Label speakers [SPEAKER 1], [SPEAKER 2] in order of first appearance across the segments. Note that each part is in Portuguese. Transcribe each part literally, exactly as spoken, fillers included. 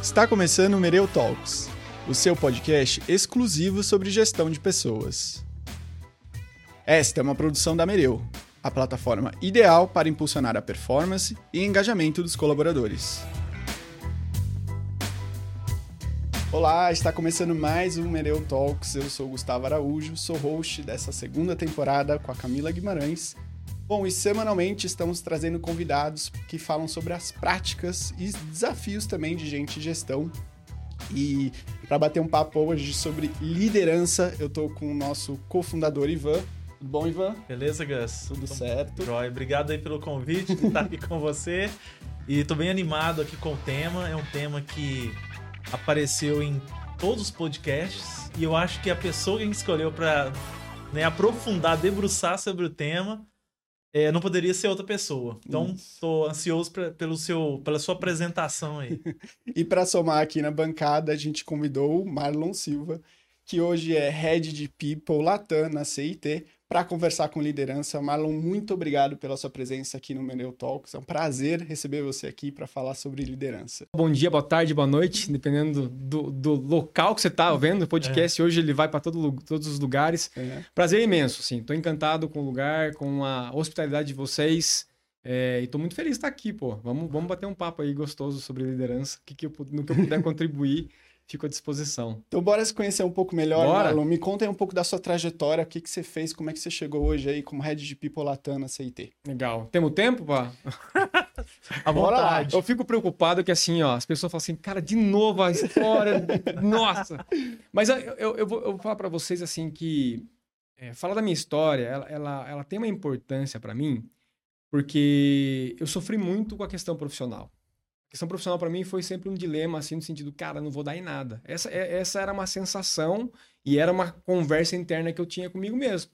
[SPEAKER 1] Está começando o Mereu Talks, o seu podcast exclusivo sobre gestão de pessoas. Esta é uma produção da Mereu, a plataforma ideal para impulsionar a performance e engajamento dos colaboradores. Olá, está começando mais um Mereu Talks. Eu sou o Gustavo Araújo, sou host dessa segunda temporada com a Camila Guimarães. Bom, e semanalmente estamos trazendo convidados que falam sobre as práticas e desafios também de gente de gestão. E para bater um papo hoje sobre liderança, eu estou com o nosso cofundador Ivan. Tudo bom, Ivan?
[SPEAKER 2] Beleza, Gus?
[SPEAKER 1] Tudo certo.
[SPEAKER 2] Joia. Obrigado aí pelo convite de estar aqui com você. E estou bem animado aqui com o tema. É um tema que apareceu em todos os podcasts e eu acho que a pessoa que a gente escolheu para, né, aprofundar, debruçar sobre o tema, É, não poderia ser outra pessoa. Então, estou ansioso pra, pelo seu, pela sua apresentação aí.
[SPEAKER 1] E para somar aqui na bancada, a gente convidou o Marlon Silva, que hoje é Head de People Latam na C I T, para conversar com liderança. Marlon, muito obrigado pela sua presença aqui no Mereu Talks. É um prazer receber você aqui para falar sobre liderança.
[SPEAKER 3] Bom dia, boa tarde, boa noite, dependendo do, do local que você está vendo. O podcast é. Hoje ele vai para todo, todos os lugares. É. Prazer imenso, sim. Estou encantado com o lugar, com a hospitalidade de vocês. É, e estou muito feliz de estar aqui, pô. Vamos, vamos bater um papo aí gostoso sobre liderança. Que que eu, no que eu puder contribuir, fico à disposição.
[SPEAKER 1] Então, bora se conhecer um pouco melhor,
[SPEAKER 3] bora.
[SPEAKER 1] Marlon. Me conta aí um pouco da sua trajetória, o que, que você fez, como é que você chegou hoje aí como Head de People Latam na C I T.
[SPEAKER 3] Legal. Temos tempo, pá?
[SPEAKER 2] À vontade.
[SPEAKER 3] Eu fico preocupado que assim, ó, as pessoas falam assim, cara, de novo a história, nossa. Mas eu, eu, eu, vou, eu vou falar para vocês assim que é, falar da minha história, ela, ela, ela tem uma importância para mim, porque eu sofri muito com a questão profissional. A questão profissional para mim foi sempre um dilema, assim, no sentido, cara, não vou dar em nada. Essa, essa era uma sensação e era uma conversa interna que eu tinha comigo mesmo.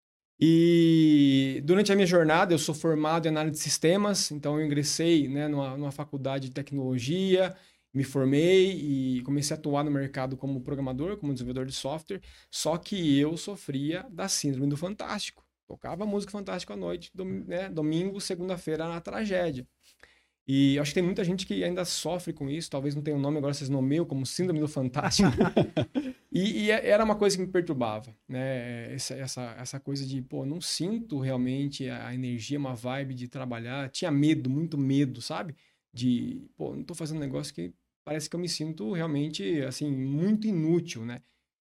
[SPEAKER 3] E durante a minha jornada, eu sou formado em análise de sistemas, então eu ingressei, né, numa, numa faculdade de tecnologia, me formei e comecei a atuar no mercado como programador, como desenvolvedor de software, só que eu sofria da síndrome do fantástico. Tocava música fantástica à noite, dom, né, domingo, segunda-feira na tragédia. E acho que tem muita gente que ainda sofre com isso, talvez não tenha um nome, agora vocês nomeiam como síndrome do fantástico. e, e era uma coisa que me perturbava, né? Essa, essa, essa coisa de, pô, não sinto realmente a energia, uma vibe de trabalhar. Tinha medo, muito medo, sabe? De, pô, não tô fazendo um negócio que parece que eu me sinto realmente, assim, muito inútil, né?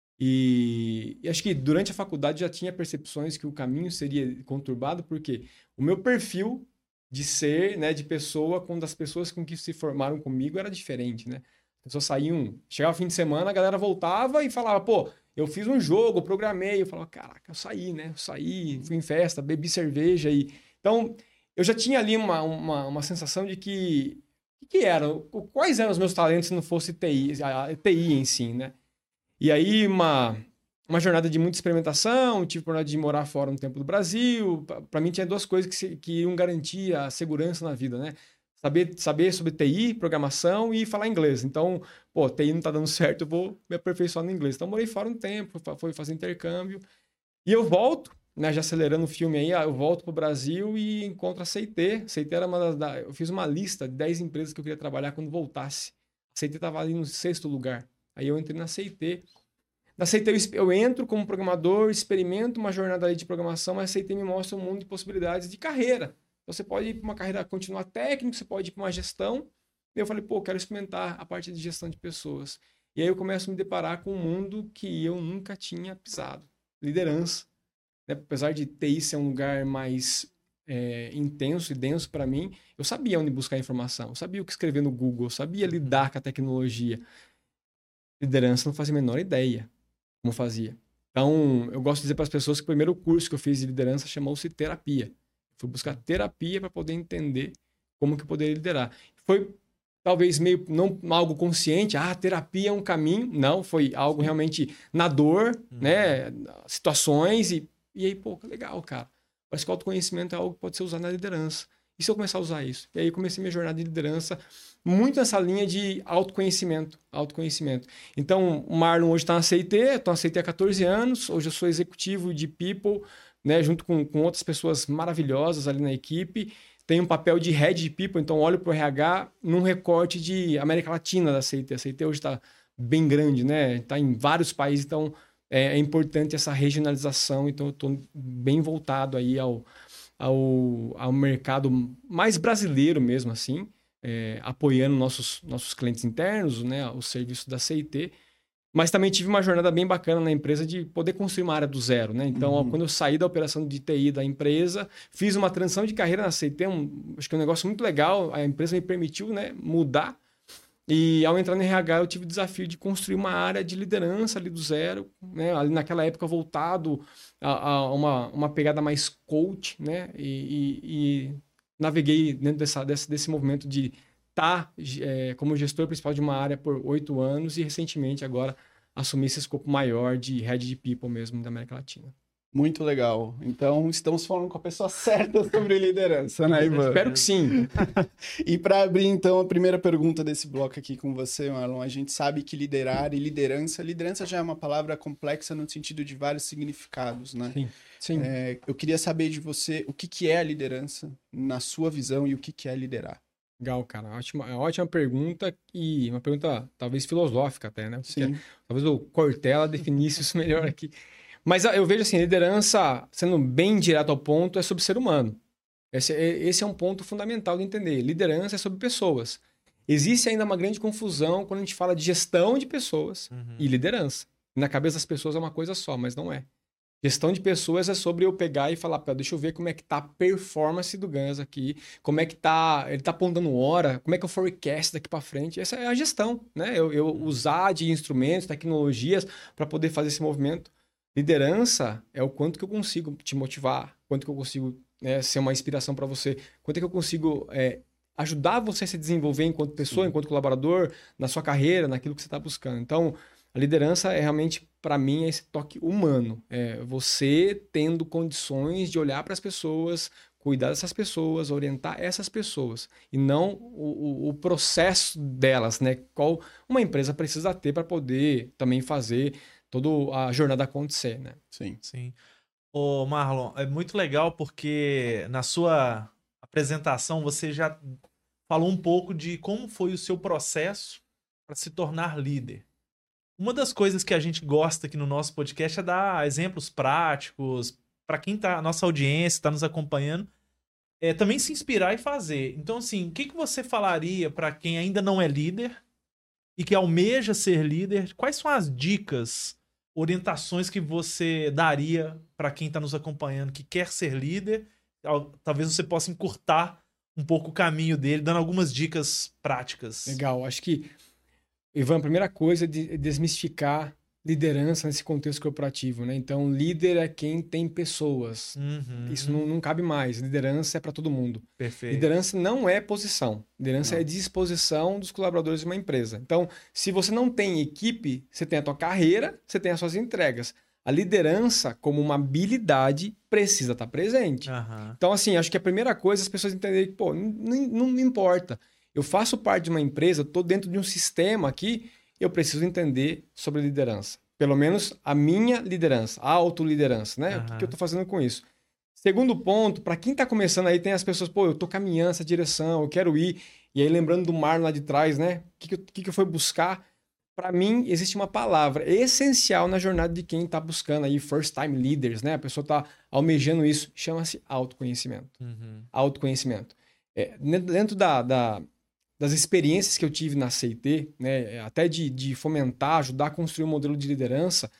[SPEAKER 3] E, e acho que durante a faculdade já tinha percepções que o caminho seria conturbado, porque o meu perfil de ser, né, de pessoa, com das pessoas com que se formaram comigo era diferente, né? As pessoas saíam, chegava o fim de semana, a galera voltava e falava, pô, eu fiz um jogo, programei, eu falava, caraca, eu saí, né? Eu saí, fui em festa, bebi cerveja e... Então, eu já tinha ali uma, uma, uma sensação de que... O que era? Quais eram os meus talentos se não fosse T I, a T I em si, né? E aí, uma... Uma jornada de muita experimentação, tive a oportunidade de morar fora um tempo do Brasil. Para mim tinha duas coisas que, se, que iam garantir a segurança na vida, né? Saber, saber sobre T I, programação e falar inglês. Então, pô, T I não tá dando certo, eu vou me aperfeiçoar no inglês. Então, morei fora um tempo, fui fazer intercâmbio. E eu volto, né, já acelerando o filme aí, eu volto pro Brasil e encontro a C I T. A C I T era uma das... Da, eu fiz uma lista de dez empresas que eu queria trabalhar quando voltasse. A C I T tava ali no sexto lugar. Aí eu entrei na C I T. Na C I T eu, eu entro como programador, experimento uma jornada ali de programação, mas a C I T me mostra um mundo de possibilidades de carreira. Então, você pode ir para uma carreira continuar técnica, você pode ir para uma gestão. E eu falei, pô, quero experimentar a parte de gestão de pessoas. E aí eu começo a me deparar com um mundo que eu nunca tinha pisado. Liderança. Né? Apesar de T I ser um lugar mais é, intenso e denso para mim, eu sabia onde buscar informação, eu sabia o que escrever no Google, eu sabia lidar com a tecnologia. Liderança não fazia a menor ideia como fazia. Então, eu gosto de dizer para as pessoas que o primeiro curso que eu fiz de liderança chamou-se terapia. Fui buscar terapia para poder entender como que eu poderia liderar. Foi talvez meio, não algo consciente, ah, terapia é um caminho. Não, foi algo realmente na dor, uhum. né, situações e, e aí, pô, legal, cara. Parece que o autoconhecimento é algo que pode ser usado na liderança. E se eu começar a usar isso? E aí comecei minha jornada de liderança muito nessa linha de autoconhecimento. autoconhecimento. Então, o Marlon hoje está na C I T, estou na C I T há catorze anos, hoje eu sou executivo de People, né, junto com, com outras pessoas maravilhosas ali na equipe. tenho um papel de Head de People, então olho para o R H num recorte de América Latina da C I T. A C I T hoje está bem grande, né? Está em vários países, então é, é importante essa regionalização, então eu estou bem voltado aí ao, ao, ao mercado mais brasileiro mesmo, assim, é, apoiando nossos, nossos clientes internos, né? O serviço da C I T. Mas também tive uma jornada bem bacana na empresa de poder construir uma área do zero, né? Então,
[SPEAKER 1] Uhum.
[SPEAKER 3] ó, quando eu saí da operação de T I da empresa, fiz uma transição de carreira na C I T, um, acho que é um negócio muito legal, a empresa me permitiu, né, mudar. E ao entrar no R H, eu tive o desafio de construir uma área de liderança ali do zero, né? Ali naquela época voltado a, a uma, uma pegada mais coach, né? E, e, e naveguei dentro dessa, desse, desse movimento de estar é, como gestor principal de uma área por oito anos e recentemente agora assumir esse escopo maior de Head de People mesmo da América Latina.
[SPEAKER 1] Muito legal. Então, estamos falando com a pessoa certa sobre liderança, né, Ivan?
[SPEAKER 3] Espero que sim.
[SPEAKER 1] E para abrir, então, a primeira pergunta desse bloco aqui com você, Marlon, a gente sabe que liderar e liderança, liderança já é uma palavra complexa no sentido de vários significados, né?
[SPEAKER 3] Sim, sim.
[SPEAKER 1] É, eu queria saber de você o que, que é a liderança, na sua visão, e o que, que é liderar.
[SPEAKER 3] Legal, cara. Ótima, ótima pergunta e uma pergunta talvez filosófica até, né? Porque
[SPEAKER 1] Sim.
[SPEAKER 3] talvez o Cortella definisse isso melhor aqui. Mas eu vejo assim, liderança, sendo bem direto ao ponto, é sobre ser humano. Esse, esse é um ponto fundamental de entender. Liderança é sobre pessoas. Existe ainda uma grande confusão quando a gente fala de gestão de pessoas
[SPEAKER 2] Uhum.
[SPEAKER 3] e liderança. Na cabeça das pessoas é uma coisa só, mas não é. Gestão de pessoas é sobre eu pegar e falar, deixa eu ver como é que tá a performance do Gans aqui, como é que tá, ele tá apontando hora, como é que é o forecast daqui para frente. Essa é a gestão, né? Eu, eu usar de instrumentos, tecnologias para poder fazer esse movimento. Liderança é o quanto que eu consigo te motivar, quanto que eu consigo, né, ser uma inspiração para você, quanto que eu consigo é, ajudar você a se desenvolver enquanto pessoa,
[SPEAKER 1] Sim.
[SPEAKER 3] enquanto colaborador, na sua carreira, naquilo que você está buscando. Então, a liderança é realmente, para mim, é esse toque humano. É você tendo condições de olhar para as pessoas, cuidar dessas pessoas, orientar essas pessoas. E não o, o, o processo delas, né? Qual uma empresa precisa ter para poder também fazer toda a jornada acontecer, né?
[SPEAKER 1] Sim.
[SPEAKER 2] Sim. Ô, Marlon, é muito legal porque na sua apresentação você já falou um pouco de como foi o seu processo para se tornar líder. Uma das coisas que a gente gosta aqui no nosso podcast é dar exemplos práticos para quem tá, a nossa audiência está nos acompanhando, é também se inspirar e fazer. Então, assim, o que, que você falaria para quem ainda não é líder e que almeja ser líder? Quais são as dicas, orientações que você daria para quem está nos acompanhando, que quer ser líder? Talvez você possa encurtar um pouco o caminho dele, dando algumas dicas práticas.
[SPEAKER 3] Legal, acho que, Ivan, a primeira coisa é de desmistificar liderança nesse contexto corporativo, né? Então, líder é quem tem pessoas.
[SPEAKER 2] Uhum.
[SPEAKER 3] Isso não, não cabe mais. Liderança é para todo mundo.
[SPEAKER 2] Perfeito.
[SPEAKER 3] Liderança não é posição. Liderança
[SPEAKER 1] Não.
[SPEAKER 3] é disposição dos colaboradores de uma empresa. Então, se você não tem equipe, você tem a tua carreira, você tem as suas entregas. A liderança, como uma habilidade, precisa estar presente.
[SPEAKER 2] Uhum.
[SPEAKER 3] Então, assim, acho que a primeira coisa é as pessoas entenderem que, pô, não, não me importa. Eu faço parte de uma empresa, estou dentro de um sistema aqui, eu preciso entender sobre liderança. Pelo menos a minha liderança, a autoliderança, né?
[SPEAKER 2] Uhum.
[SPEAKER 3] O que, que eu estou fazendo com isso? Segundo ponto, para quem está começando aí, tem as pessoas, pô, eu estou caminhando essa direção, eu quero ir. E aí, lembrando do Marlon lá de trás, né? O que, que, que, que eu fui buscar? Para mim, existe uma palavra essencial na jornada de quem está buscando aí first time leaders, né? A pessoa está almejando isso, chama-se autoconhecimento.
[SPEAKER 2] Uhum.
[SPEAKER 3] Autoconhecimento. É, dentro da, da, das experiências que eu tive na C I T, né? Até de, de fomentar, ajudar a construir um modelo de liderança,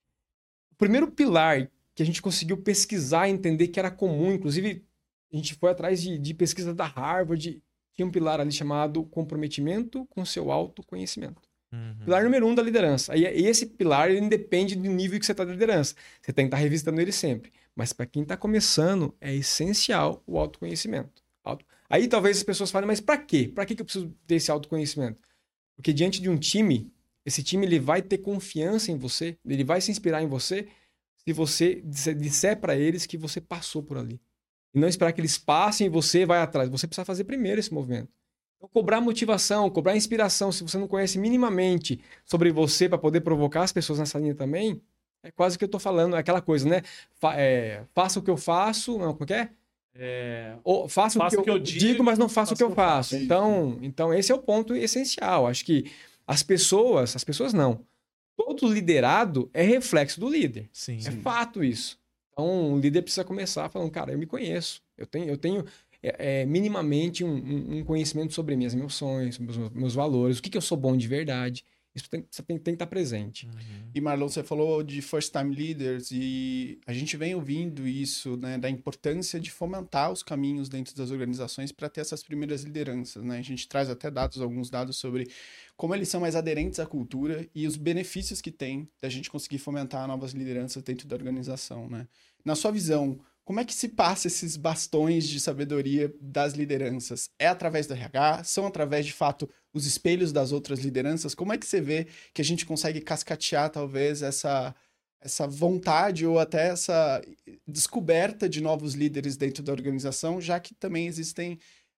[SPEAKER 3] o primeiro pilar que a gente conseguiu pesquisar e entender que era comum, inclusive a gente foi atrás de, de pesquisa da Harvard, tinha um pilar ali chamado comprometimento com seu autoconhecimento.
[SPEAKER 2] Uhum.
[SPEAKER 3] Pilar número um da liderança. E esse pilar ele independe do nível que você está de liderança. Você tem que estar revisitando ele sempre. Mas para quem está começando, é essencial o autoconhecimento. Auto... Aí talvez as pessoas falem, mas para quê? Para que eu preciso ter esse autoconhecimento? Porque diante de um time, esse time ele vai ter confiança em você, ele vai se inspirar em você se você disser para eles que você passou por ali. E não esperar que eles passem e você vai atrás. Você precisa fazer primeiro esse movimento. Então, cobrar motivação, cobrar inspiração, se você não conhece minimamente sobre você para poder provocar as pessoas nessa linha também, é quase o que eu estou falando, é aquela coisa, né? Fa é, faça o que eu faço, não, como é que é?
[SPEAKER 2] É,
[SPEAKER 3] Ou faço,
[SPEAKER 2] faço
[SPEAKER 3] o que eu,
[SPEAKER 2] o que eu
[SPEAKER 3] digo,
[SPEAKER 2] digo,
[SPEAKER 3] mas não faço o que eu faço.
[SPEAKER 1] faço.
[SPEAKER 3] Então, então, esse é o ponto essencial. Acho que as pessoas, as pessoas não. Todo liderado é reflexo do líder.
[SPEAKER 2] sim.
[SPEAKER 3] É fato isso. Então, o líder precisa começar falando, cara, eu me conheço. Eu tenho, eu tenho é, é, minimamente um, um, um conhecimento sobre minhas emoções, meus, meus valores, o que, que eu sou bom de verdade. Isso tem, tem, tem que estar presente.
[SPEAKER 2] Uhum.
[SPEAKER 1] E Marlon, você falou de first time leaders e a gente vem ouvindo isso, né, da importância de fomentar os caminhos dentro das organizações para ter essas primeiras lideranças, né? A gente traz até dados, alguns dados sobre como eles são mais aderentes à cultura e os benefícios que tem da gente conseguir fomentar novas lideranças dentro da organização, né? Na sua visão, como é que se passa esses bastões de sabedoria das lideranças? É através do R H? São através, de fato, os espelhos das outras lideranças? Como é que você vê que a gente consegue cascatear, talvez, essa, essa vontade ou até essa descoberta de novos líderes dentro da organização, já que também existem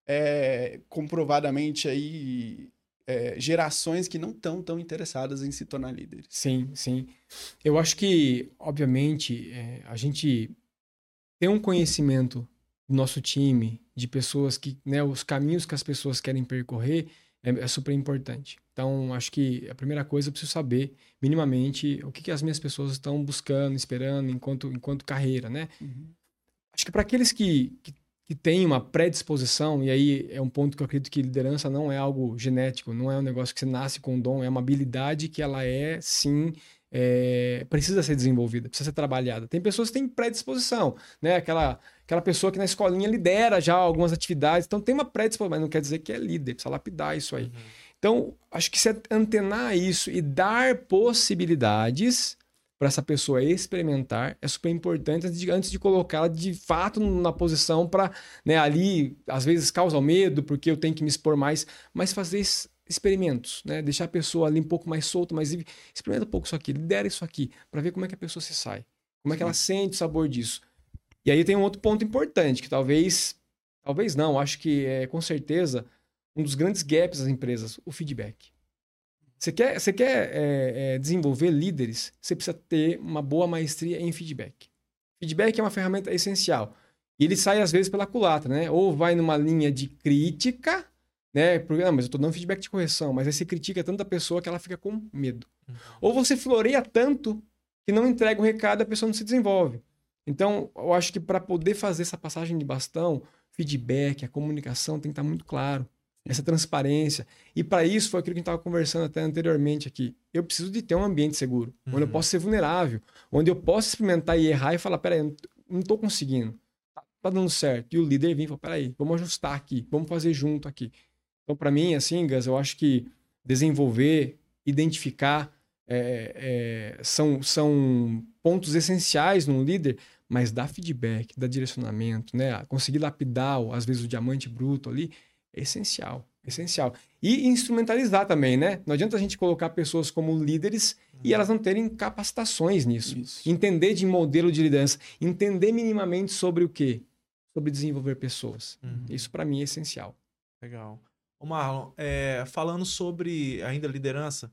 [SPEAKER 1] é, comprovadamente aí, é, gerações que não estão tão interessadas em se tornar líderes?
[SPEAKER 3] Sim, sim. Eu acho que, obviamente, é, a gente ter um conhecimento do nosso time, de pessoas que, né, os caminhos que as pessoas querem percorrer, é, é super importante. Então, acho que a primeira coisa eu preciso saber, minimamente, o que, que as minhas pessoas estão buscando, esperando, enquanto, enquanto carreira, né?
[SPEAKER 1] Uhum.
[SPEAKER 3] Acho que para aqueles que, que, que têm uma predisposição, e aí é um ponto que eu acredito que liderança não é algo genético, não é um negócio que você nasce com um dom, é uma habilidade que ela é, sim, É, precisa ser desenvolvida, precisa ser trabalhada. Tem pessoas que têm predisposição, né? Aquela, aquela pessoa que na escolinha lidera já algumas atividades, então tem uma predisposição, mas não quer dizer que é líder, precisa lapidar isso aí. Uhum. Então, acho que se antenar isso e dar possibilidades para essa pessoa experimentar é super importante antes de, antes de colocá-la de fato na posição para, né, ali, às vezes causa medo, porque eu tenho que me expor mais, mas fazer isso, experimentos, né? Deixar a pessoa ali um pouco mais solta, mas experimenta um pouco isso aqui, lidera isso aqui, para ver como é que a pessoa se sai, como é que ela sente o sabor disso. E aí tem um outro ponto importante, que talvez, talvez não, acho que é com certeza um dos grandes gaps das empresas, o feedback. Você quer, você quer é, é, desenvolver líderes, você precisa ter uma boa maestria em feedback. Feedback é uma ferramenta essencial. E ele sai às vezes pela culatra, né? Ou vai numa linha de crítica, né? Porque, não, mas eu tô dando feedback de correção, mas aí você critica tanto a pessoa que ela fica com medo. Uhum. Ou você floreia tanto que não entrega o recado e a pessoa não se desenvolve. Então, eu acho que para poder fazer essa passagem de bastão, feedback, a comunicação tem que estar muito claro. Essa transparência. E para isso foi aquilo que a gente estava conversando até anteriormente aqui. Eu preciso de ter um ambiente seguro, uhum. onde eu posso ser vulnerável, onde eu posso experimentar e errar e falar, peraí, eu não estou conseguindo. Tá, tá dando certo. E o líder vem e fala, peraí, vamos ajustar aqui, vamos fazer junto aqui. Então, para mim, assim, Gus, eu acho que desenvolver, identificar, é, é, são, são pontos essenciais num líder, mas dar feedback, dar direcionamento, né? Conseguir lapidar, às vezes, o diamante bruto ali, é essencial, essencial. E instrumentalizar também, né? Não adianta a gente colocar pessoas como líderes uhum. e elas não terem capacitações nisso. Isso. Entender de modelo de liderança, entender minimamente sobre o quê? Sobre desenvolver pessoas. Uhum. Isso, para mim, é essencial.
[SPEAKER 2] Legal. Ô Marlon, é, falando sobre ainda liderança,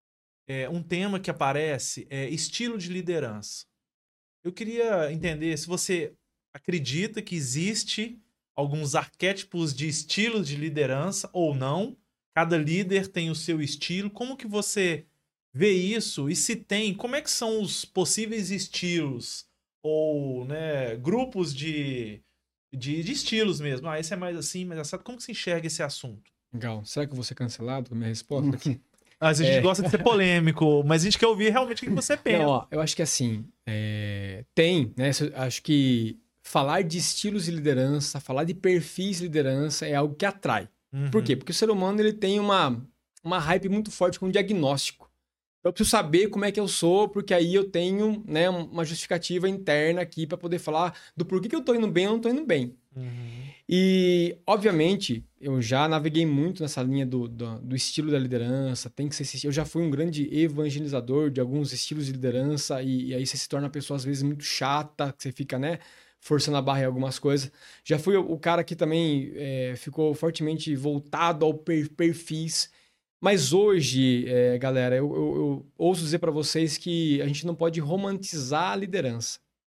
[SPEAKER 2] é, um tema que aparece é estilo de liderança. Eu queria entender se você acredita que existe alguns arquétipos de estilo de liderança ou não. Cada líder tem o seu estilo. Como que você vê isso? E se tem, como é que são os possíveis estilos? Ou, né, grupos de... De, de estilos mesmo. Ah, esse é mais assim, mas assado. Como que se enxerga esse assunto?
[SPEAKER 3] Legal. Será que eu vou ser cancelado com a minha resposta?
[SPEAKER 2] Ah, a gente é... gosta de ser polêmico, mas a gente quer ouvir realmente o que você pensa.
[SPEAKER 3] Não, ó, eu acho que assim, é... tem, né? Acho que falar de estilos de liderança, falar de perfis de liderança é algo que atrai. Uhum. Por quê? Porque o ser humano ele tem uma, uma hype muito forte com o diagnóstico. Eu preciso saber como é que eu sou, porque aí eu tenho, né, uma justificativa interna aqui para poder falar do porquê que eu tô indo bem ou não tô indo bem. Uhum. E, obviamente, eu já naveguei muito nessa linha do, do, do estilo da liderança. Tem que ser, eu já fui um grande evangelizador de alguns estilos de liderança e, e aí você se torna uma pessoa, às vezes, muito chata, que você fica, né, forçando a barra em algumas coisas. Já fui o, o cara que também é, ficou fortemente voltado ao per, perfis. Mas hoje, é, galera, eu, eu, eu ouso dizer para vocês que a gente não pode romantizar a liderança.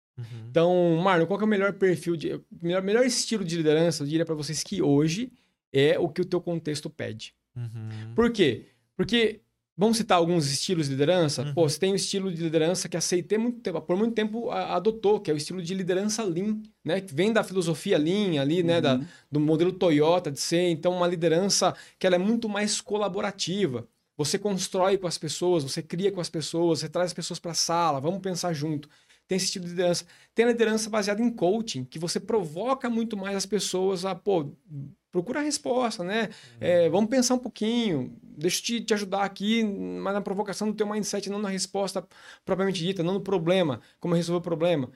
[SPEAKER 2] Uhum.
[SPEAKER 3] Então, Marlon, qual que é o melhor perfil, de, melhor, melhor estilo de liderança? Eu diria para vocês que hoje é o que o teu contexto pede.
[SPEAKER 2] Uhum.
[SPEAKER 3] Por quê? Porque, vamos citar alguns estilos de liderança?
[SPEAKER 2] Uhum.
[SPEAKER 3] Pô, você tem um estilo de liderança que aceitei muito tempo, por muito tempo a, adotou, que é o estilo de liderança Lean, né? Que vem da filosofia Lean ali,
[SPEAKER 1] Uhum.
[SPEAKER 3] né? Da, do modelo Toyota de ser. Então, uma liderança que ela é muito mais colaborativa. Você constrói com as pessoas, você cria com as pessoas, você traz as pessoas para a sala, vamos pensar junto. Tem esse estilo de liderança. Tem a liderança baseada em coaching, que você provoca muito mais as pessoas a, pô, procura a resposta, né? Uhum. É, vamos pensar um pouquinho, deixa eu te, te ajudar aqui, mas na provocação do teu mindset, não na resposta propriamente dita, não no problema, como resolver o problema.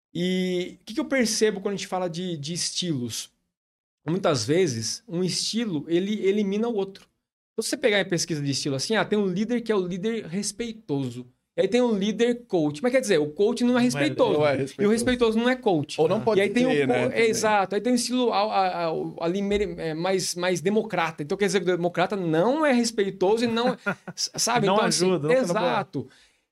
[SPEAKER 3] E o que, que eu percebo quando a gente fala de, de estilos? Muitas vezes, um estilo, ele elimina o outro. Então, se você pegar em pesquisa de estilo assim, ah, tem um líder que é o líder respeitoso. E aí tem um líder coach. Mas quer dizer, o coach não é respeitoso.
[SPEAKER 1] Não é respeitoso.
[SPEAKER 3] E o respeitoso não é coach.
[SPEAKER 1] Ou não pode
[SPEAKER 3] e aí tem
[SPEAKER 1] ter,
[SPEAKER 3] o,
[SPEAKER 1] né?
[SPEAKER 3] é, exato. Aí tem um estilo ali mais, mais democrata. Então quer dizer que o democrata não é respeitoso e não... sabe?
[SPEAKER 2] Não
[SPEAKER 3] então,
[SPEAKER 2] ajuda.
[SPEAKER 3] Assim,
[SPEAKER 2] não
[SPEAKER 3] exato.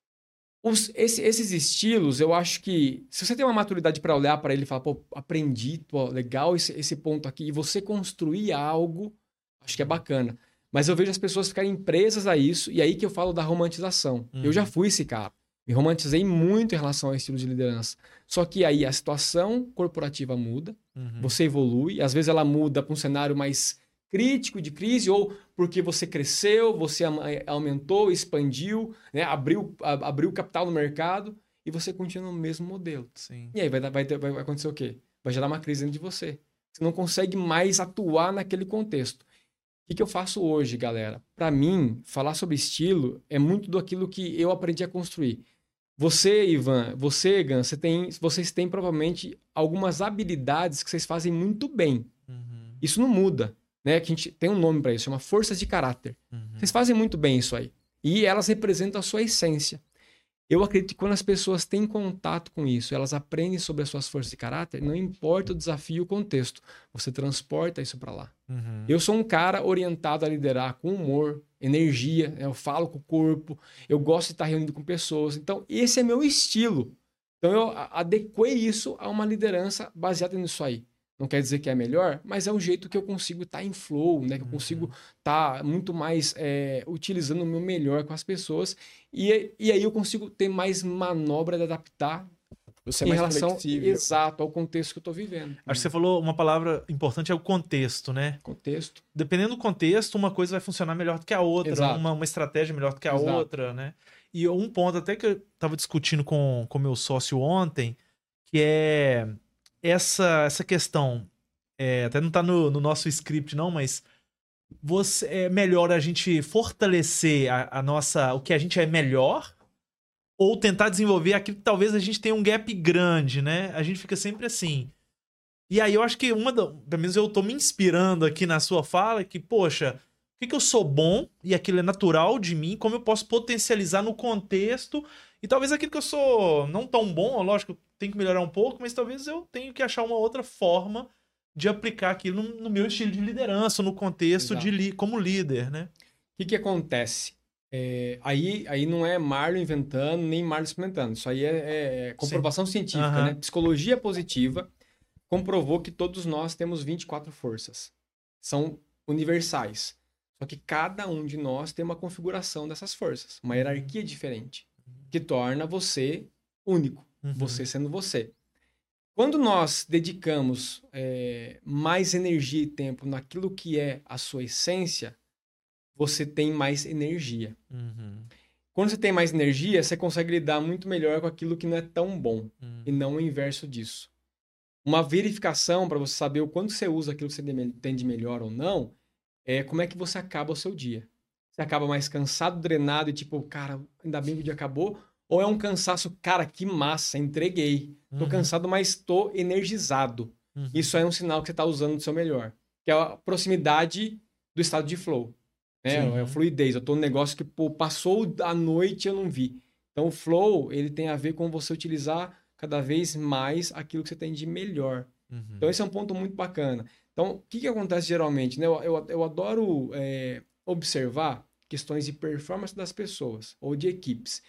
[SPEAKER 3] Os, esse, esses estilos, eu acho que... Se você tem uma maturidade para olhar para ele e falar, pô, aprendi, pô, legal esse, esse ponto aqui. E você construir algo, acho que é bacana. Mas eu vejo as pessoas ficarem presas a isso, e aí que eu falo da romantização. Uhum. Eu já fui esse cara. Me romantizei muito em relação ao estilo de liderança. Só que aí a situação corporativa muda, uhum. você evolui, às vezes ela muda para um cenário mais crítico de crise, ou porque você cresceu, você aumentou, expandiu, né? abriu, abriu capital no mercado, e você continua no mesmo modelo.
[SPEAKER 2] Sim.
[SPEAKER 3] E aí vai, vai, vai acontecer o quê? Vai gerar uma crise dentro de você. Você não consegue mais atuar naquele contexto. O que eu faço hoje, galera? Para mim, falar sobre estilo é muito daquilo que eu aprendi a construir. Você, Ivan, você, Gan, você tem, vocês têm provavelmente algumas habilidades que vocês fazem muito bem. Uhum. Isso não muda, né? Que a gente tem um nome para isso, chama forças de caráter. Uhum. Vocês fazem muito bem isso aí. E elas representam a sua essência. Eu acredito que quando as pessoas têm contato com isso, elas aprendem sobre as suas forças de caráter, não importa o desafio e o contexto, você transporta isso para lá. Uhum. Eu sou um cara orientado a liderar com humor, energia, eu falo com o corpo, eu gosto de estar reunido com pessoas. Então, esse é meu estilo. Então, eu adequei isso a uma liderança baseada nisso aí. Não quer dizer que é melhor, mas é um jeito que eu consigo estar em flow, né? Que eu consigo estar muito mais é, utilizando o meu melhor com as pessoas. E, e aí eu consigo ter mais manobra de adaptar
[SPEAKER 1] você é
[SPEAKER 3] em
[SPEAKER 1] mais
[SPEAKER 3] relação
[SPEAKER 1] flexível.
[SPEAKER 3] Exato ao contexto que eu estou vivendo.
[SPEAKER 2] Acho que você falou uma palavra importante, é o contexto, né?
[SPEAKER 3] Contexto.
[SPEAKER 2] Dependendo do contexto, uma coisa vai funcionar melhor do que a outra, uma, uma estratégia melhor do que a Exato. outra, né? E um ponto até que eu estava discutindo com o meu sócio ontem, que é... Essa, essa questão, é, até não está no, no nosso script não, mas você, é melhor a gente fortalecer a, a nossa, o que a gente é melhor ou tentar desenvolver aquilo que talvez a gente tenha um gap grande, né? A gente fica sempre assim. E aí eu acho que uma, do, pelo menos eu tô me inspirando aqui na sua fala, que, poxa, o que, que eu sou bom e aquilo é natural de mim, como eu posso potencializar no contexto e talvez aquilo que eu sou não tão bom, lógico, tem que melhorar um pouco, mas talvez eu tenha que achar uma outra forma de aplicar aquilo no, no meu estilo de liderança, no contexto de li, como líder, né?
[SPEAKER 3] O que, que acontece? É, aí, aí não é Marlon inventando, nem Marlon experimentando. Isso aí é, é comprovação Sim. científica, uhum. né? Psicologia positiva comprovou que todos nós temos vinte e quatro forças. São universais. Só que cada um de nós tem uma configuração dessas forças, uma hierarquia diferente, que torna você único. Uhum. Você sendo você. Quando nós dedicamos é, mais energia e tempo naquilo que é a sua essência, você tem mais energia. Uhum. Quando você tem mais energia, você consegue lidar muito melhor com aquilo que não é tão bom. Uhum. E não o inverso disso. Uma verificação para você saber o quanto você usa aquilo que você tem de melhor ou não, é como é que você acaba o seu dia. Você acaba mais cansado, drenado e tipo, cara, ainda bem que o dia acabou. Ou é um cansaço, cara, que massa, entreguei. Tô uhum. cansado, mas tô energizado. Uhum. Isso é um sinal que você tá usando do seu melhor. Que é a proximidade do estado de flow. Né? É a fluidez. Eu tô num negócio que pô, passou a noite e eu não vi. Então o flow, ele tem a ver com você utilizar cada vez mais aquilo que você tem de melhor. Uhum. Então esse é um ponto muito bacana. Então o que, que acontece geralmente? Né? Eu, eu, eu adoro é, observar questões de performance das pessoas ou de equipes.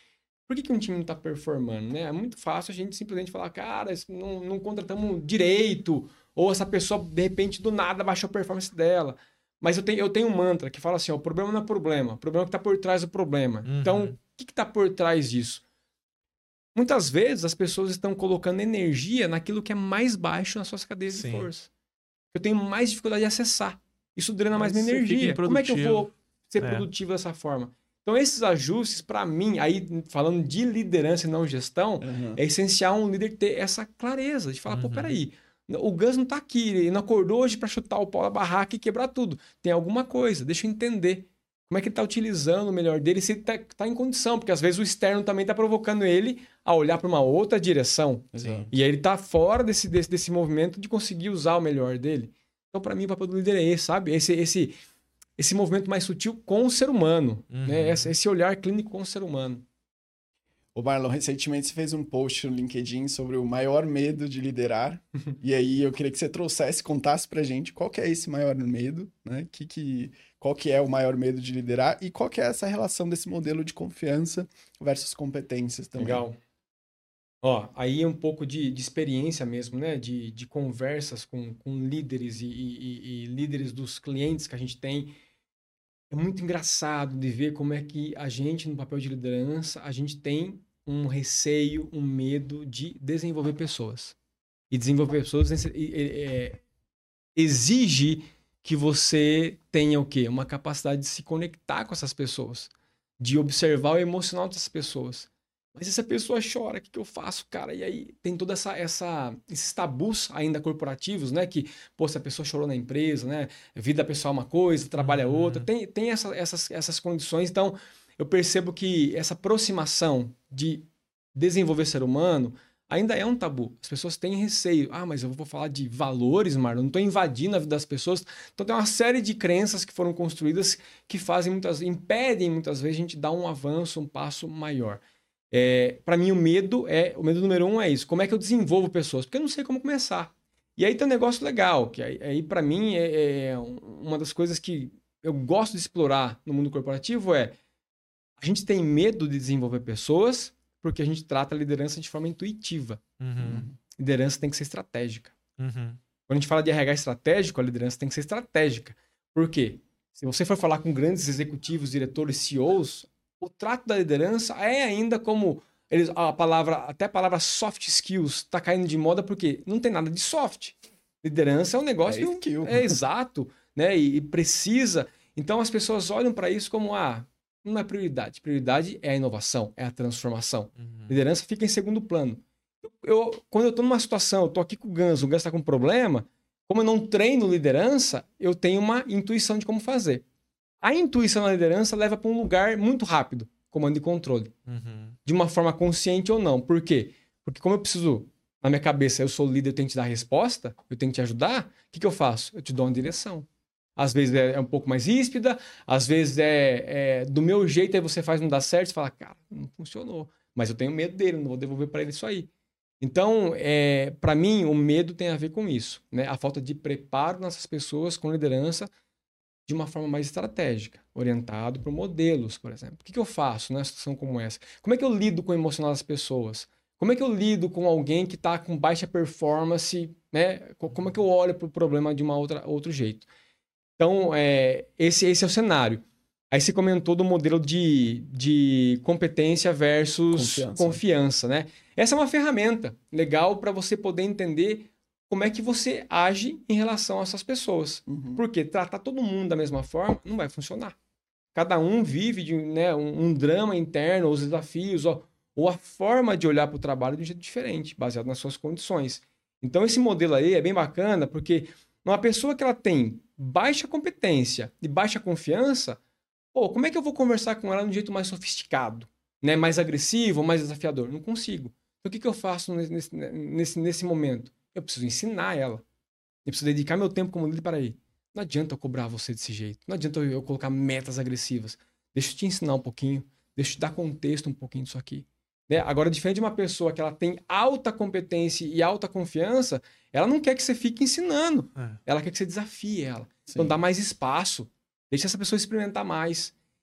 [SPEAKER 3] Por que, que um time não está performando, né? É muito fácil a gente simplesmente falar, cara, não, não contratamos direito, ou essa pessoa, de repente, do nada, baixou a performance dela. Mas eu tenho, eu tenho um mantra que fala assim, ó, o problema não é problema, o problema é o que está por trás do problema. Uhum. Então, o que está por trás disso? Muitas vezes, as pessoas estão colocando energia naquilo que é mais baixo nas suas cadeias Sim. de força. Eu tenho mais dificuldade de acessar. Isso drena mais minha energia. Como é que eu vou ser é. produtivo dessa forma? Então, esses ajustes, para mim, aí falando de liderança e não gestão, uhum. é essencial um líder ter essa clareza de falar, uhum. pô, peraí, o Gus não tá aqui, ele não acordou hoje para chutar o pau da barraca e quebrar tudo. Tem alguma coisa, deixa eu entender. Como é que ele tá utilizando o melhor dele, se ele tá, tá em condição, porque às vezes o externo também tá provocando ele a olhar para uma outra direção. Sim. E aí ele tá fora desse, desse, desse movimento de conseguir usar o melhor dele. Então, para mim, o papel do líder é esse, sabe? Esse... esse Esse movimento mais sutil com o ser humano, uhum. né? Esse, esse olhar clínico com o ser humano.
[SPEAKER 1] Ô Marlon, recentemente você fez um post no LinkedIn sobre o maior medo de liderar. E aí eu queria que você trouxesse, contasse pra gente qual que é esse maior medo, né? Que, que, qual que é o maior medo de liderar e qual que é essa relação desse modelo de confiança versus competências também.
[SPEAKER 3] Legal. Ó, aí é um pouco de, de experiência mesmo, né? De, de conversas com, com líderes e, e, e líderes dos clientes que a gente tem. É muito engraçado de ver como é que a gente, no papel de liderança, a gente tem um receio, um medo de desenvolver pessoas. E desenvolver pessoas é, é, exige que você tenha o quê? Uma capacidade de se conectar com essas pessoas, de observar o emocional dessas pessoas. Mas essa pessoa chora, o que, que eu faço, cara? E aí tem toda essa, essa esses tabus ainda corporativos, né? Que, pô, se a pessoa chorou na empresa, né? Vida pessoal é uma coisa, trabalho é outra. Tem, tem essa, essas, essas condições. Então, eu percebo que essa aproximação de desenvolver ser humano ainda é um tabu. As pessoas têm receio. Ah, mas eu vou falar de valores, Marlon, não estou invadindo a vida das pessoas. Então, tem uma série de crenças que foram construídas que fazem muitas, impedem muitas vezes a gente dar um avanço, um passo maior. É, para mim, o medo é o medo número um é isso. Como é que eu desenvolvo pessoas? Porque eu não sei como começar. E aí tem um negócio legal, que aí, aí para mim, é, é uma das coisas que eu gosto de explorar no mundo corporativo é a gente tem medo de desenvolver pessoas porque a gente trata a liderança de forma intuitiva. Uhum. Liderança tem que ser estratégica. Uhum. Quando a gente fala de R H estratégico, a liderança tem que ser estratégica. Por quê? Se você for falar com grandes executivos, diretores, C E Os, o trato da liderança é ainda como eles, a palavra, até a palavra soft skills está caindo de moda porque não tem nada de soft. Liderança é um negócio é, que é exato, né? E, e precisa. Então as pessoas olham para isso como ah, não é prioridade. Prioridade é a inovação, é a transformação. Uhum. Liderança fica em segundo plano. Eu, quando eu estou numa situação, eu estou aqui com o Gans, o Gans está com um problema, como eu não treino liderança, eu tenho uma intuição de como fazer. A intuição na liderança leva para um lugar muito rápido, comando e controle. Uhum. De uma forma consciente ou não. Por quê? Porque como eu preciso, na minha cabeça, eu sou líder, eu tenho que te dar a resposta, eu tenho que te ajudar, o que, que eu faço? Eu te dou uma direção. Às vezes é um pouco mais ríspida, às vezes é, é do meu jeito, aí você faz não dá certo, você fala, cara, não funcionou. Mas eu tenho medo dele, não vou devolver para ele isso aí. Então, é, para mim, o medo tem a ver com isso, né? A falta de preparo nessas pessoas com liderança de uma forma mais estratégica, orientado para modelos, por exemplo. O que, que eu faço numa situação como essa? Como é que eu lido com o emocional das pessoas? Como é que eu lido com alguém que está com baixa performance? Né? Como é que eu olho para o problema de uma outra outro jeito? Então, é, esse, esse é o cenário. Aí você comentou do modelo de, de competência versus confiança. confiança, né? Essa é uma ferramenta legal para você poder entender como é que você age em relação a essas pessoas. Uhum. Porque tratar todo mundo da mesma forma não vai funcionar. Cada um vive de, né, um, um drama interno, os desafios, ó, ou a forma de olhar para o trabalho de um jeito diferente, baseado nas suas condições. Então, esse modelo aí é bem bacana, porque uma pessoa que ela tem baixa competência e baixa confiança, pô, como é que eu vou conversar com ela de um jeito mais sofisticado, né? Mais agressivo, mais desafiador? Não consigo. Então, o que, que eu faço nesse, nesse, nesse momento? Eu preciso ensinar ela. Eu preciso dedicar meu tempo como líder para aí. Não adianta eu cobrar você desse jeito. Não adianta eu colocar metas agressivas. Deixa eu te ensinar um pouquinho. Deixa eu te dar contexto um pouquinho disso aqui. Né? Agora, diferente de uma pessoa que ela tem alta competência e alta confiança, ela não quer que você fique ensinando. É. Ela quer que você desafie ela. Sim. Então, dá mais espaço. Deixa essa pessoa experimentar mais.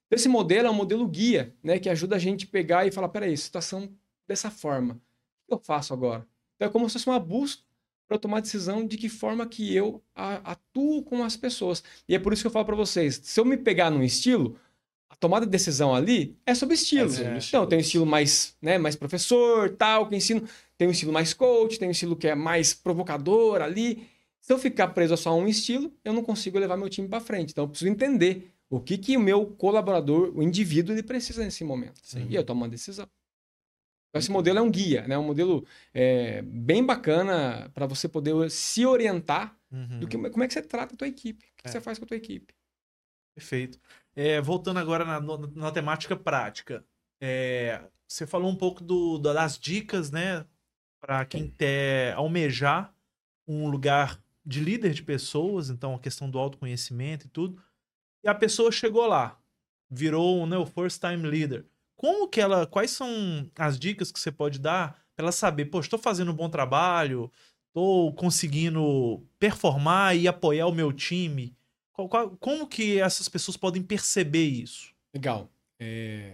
[SPEAKER 3] Então, esse modelo é um modelo guia, né? Que ajuda a gente a pegar e falar, peraí, situação dessa forma. O que eu faço agora? Então, é como se fosse uma busca para tomar decisão de que forma que eu a, atuo com as pessoas. E é por isso que eu falo para vocês, se eu me pegar num estilo, a tomada de decisão ali é sobre estilo.
[SPEAKER 1] É sobre
[SPEAKER 3] Então,
[SPEAKER 1] estilo.
[SPEAKER 3] tem um estilo mais, né, mais professor, tal, que ensino. Tem um estilo mais coach, tem um estilo que é mais provocador ali. Se eu ficar preso a só um estilo, eu não consigo levar meu time para frente. Então, eu preciso entender o que, que o meu colaborador, o indivíduo, ele precisa nesse momento.
[SPEAKER 2] Sim.
[SPEAKER 3] E eu tomo uma decisão. Então, esse modelo é um guia, né? Um modelo é, bem bacana para você poder se orientar
[SPEAKER 2] Uhum.
[SPEAKER 3] do que, como é que você trata a tua equipe. O que
[SPEAKER 2] É.
[SPEAKER 3] você faz com a tua equipe.
[SPEAKER 2] Perfeito. É, voltando agora na, na temática prática. É, você falou um pouco do, das dicas, né? Para quem quer almejar um lugar de líder de pessoas, então a questão do autoconhecimento e tudo. E a pessoa chegou lá, virou, né, o first time leader. Como que ela, quais são as dicas que você pode dar para ela saber, pô, estou fazendo um bom trabalho, estou conseguindo performar e apoiar o meu time? Qual, qual, como que essas pessoas podem perceber isso?
[SPEAKER 3] Legal. É...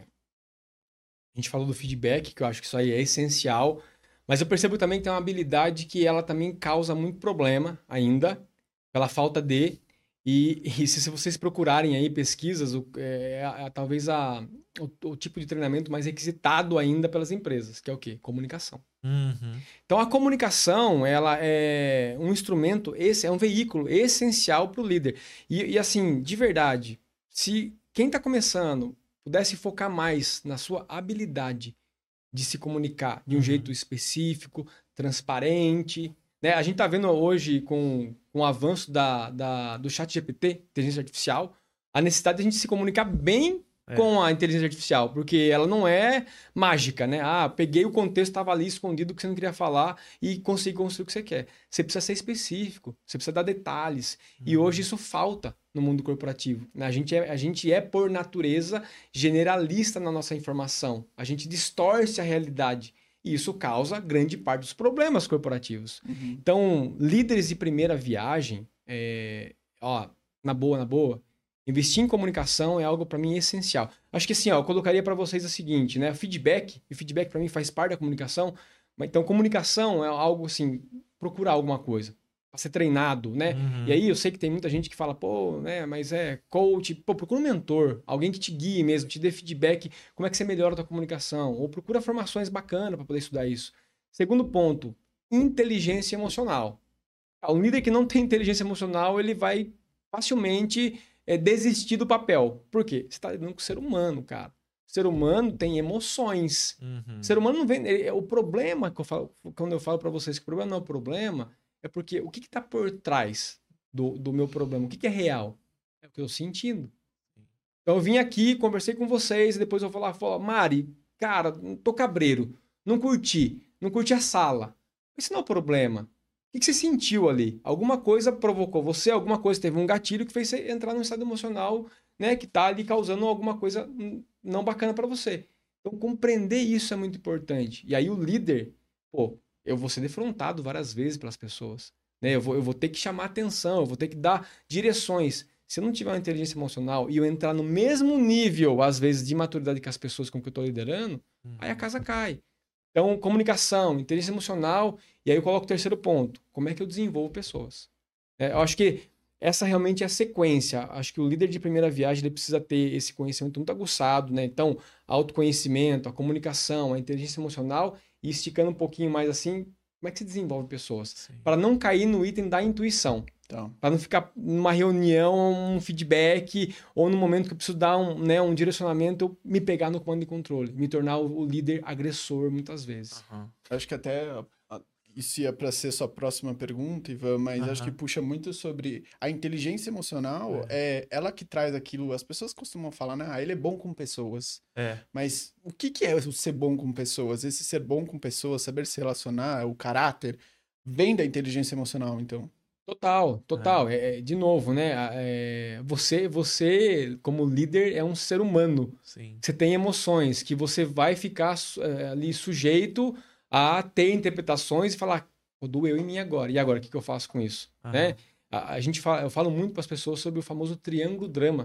[SPEAKER 3] A gente falou do feedback, que eu acho que isso aí é essencial, mas eu percebo também que tem uma habilidade que ela também causa muito problema ainda, pela falta de... E, e se, se vocês procurarem aí pesquisas, o, é, é, é, talvez a, o, o tipo de treinamento mais requisitado ainda pelas empresas, que é o quê? Comunicação.
[SPEAKER 2] Uhum.
[SPEAKER 3] Então, a comunicação, ela é um instrumento, esse é um veículo essencial para o líder. E, e, assim, de verdade, se quem está começando pudesse focar mais na sua habilidade de se comunicar de um
[SPEAKER 2] Uhum.
[SPEAKER 3] jeito específico, transparente, né? A gente está vendo hoje, com, com o avanço da, da, do chat G P T, inteligência artificial, a necessidade de a gente se comunicar bem
[SPEAKER 2] É.
[SPEAKER 3] com a inteligência artificial, porque ela não é mágica, né? Ah, peguei o contexto, estava ali escondido que você não queria falar e consegui construir o que você quer. Você precisa ser específico, você precisa dar detalhes.
[SPEAKER 2] Uhum.
[SPEAKER 3] E hoje isso falta no mundo corporativo, né? A gente é, a gente é, por natureza, generalista na nossa informação. A gente distorce a realidade. E isso causa grande parte dos problemas corporativos.
[SPEAKER 1] Uhum.
[SPEAKER 3] Então, líderes de primeira viagem, é, ó, na boa, na boa, investir em comunicação é algo para mim essencial. Acho que assim, ó, eu colocaria para vocês o seguinte, né? Feedback, e feedback para mim faz parte da comunicação. Mas, então, comunicação é algo assim, procurar alguma coisa para ser treinado, né?
[SPEAKER 2] Uhum.
[SPEAKER 3] E aí eu sei que tem muita gente que fala, pô, né, mas é coach, pô, procura um mentor, alguém que te guie mesmo, te dê feedback, como é que você melhora a tua comunicação, ou procura formações bacanas para poder estudar isso. Segundo ponto, inteligência emocional. Um líder que não tem inteligência emocional, ele vai facilmente é, desistir do papel. Por quê? Você está lidando com o ser humano, cara. O ser humano tem emoções.
[SPEAKER 2] Uhum.
[SPEAKER 3] O ser humano não vem... Ele, o problema, que eu falo, quando eu falo para vocês que o problema não é o problema, é porque o que está por trás do, do meu problema? O que, que é real? É o que eu estou sentindo. Então eu vim aqui, conversei com vocês, e depois eu vou lá e falo, Mari, cara, tô cabreiro, não curti, não curti a sala. Esse não é o problema. O que você sentiu ali? Alguma coisa provocou você, alguma coisa teve um gatilho que fez você entrar num estado emocional, né, que tá ali causando alguma coisa não bacana para você. Então, compreender isso é muito importante. E aí o líder, pô, eu vou ser defrontado várias vezes pelas pessoas, né? Eu vou, eu vou ter que chamar atenção, eu vou ter que dar direções. Se eu não tiver uma inteligência emocional e eu entrar no mesmo nível, às vezes, de maturidade que as pessoas com que eu estou liderando,
[SPEAKER 2] Uhum.
[SPEAKER 3] aí a casa cai. Então, comunicação, inteligência emocional, e aí eu coloco o terceiro ponto. Como é que eu desenvolvo pessoas? É, eu acho que essa realmente é a sequência. Acho que o líder de primeira viagem ele precisa ter esse conhecimento muito aguçado, né? Então, autoconhecimento, a comunicação, a inteligência emocional, e esticando um pouquinho mais assim, como é que se desenvolve pessoas? Para não cair no item da intuição.
[SPEAKER 1] Então,
[SPEAKER 3] Para não ficar numa reunião, um feedback, ou no momento que eu preciso dar um, né, um direcionamento, eu me pegar no comando e controle, me tornar o, o líder agressor muitas vezes.
[SPEAKER 2] Uhum.
[SPEAKER 1] acho que até a- isso ia para ser sua próxima pergunta, Ivan, mas
[SPEAKER 2] Aham.
[SPEAKER 1] acho que puxa muito sobre a inteligência emocional, é. ela que traz aquilo. As pessoas costumam falar, né? Ah, ele é bom com pessoas.
[SPEAKER 2] É.
[SPEAKER 1] Mas o que, que é o ser bom com pessoas? Esse ser bom com pessoas, saber se relacionar, o caráter, vem da inteligência emocional, então.
[SPEAKER 3] Total, total. É. É, de novo, né? É, você, você, como líder, é um ser humano.
[SPEAKER 2] Sim.
[SPEAKER 3] Você tem emoções que você vai ficar é, ali sujeito a ter interpretações e falar, pô, doeu em mim agora. E agora, o que, que eu faço com isso?
[SPEAKER 2] Aham.
[SPEAKER 3] Né? A, a gente fala, eu falo muito para as pessoas sobre o famoso triângulo drama.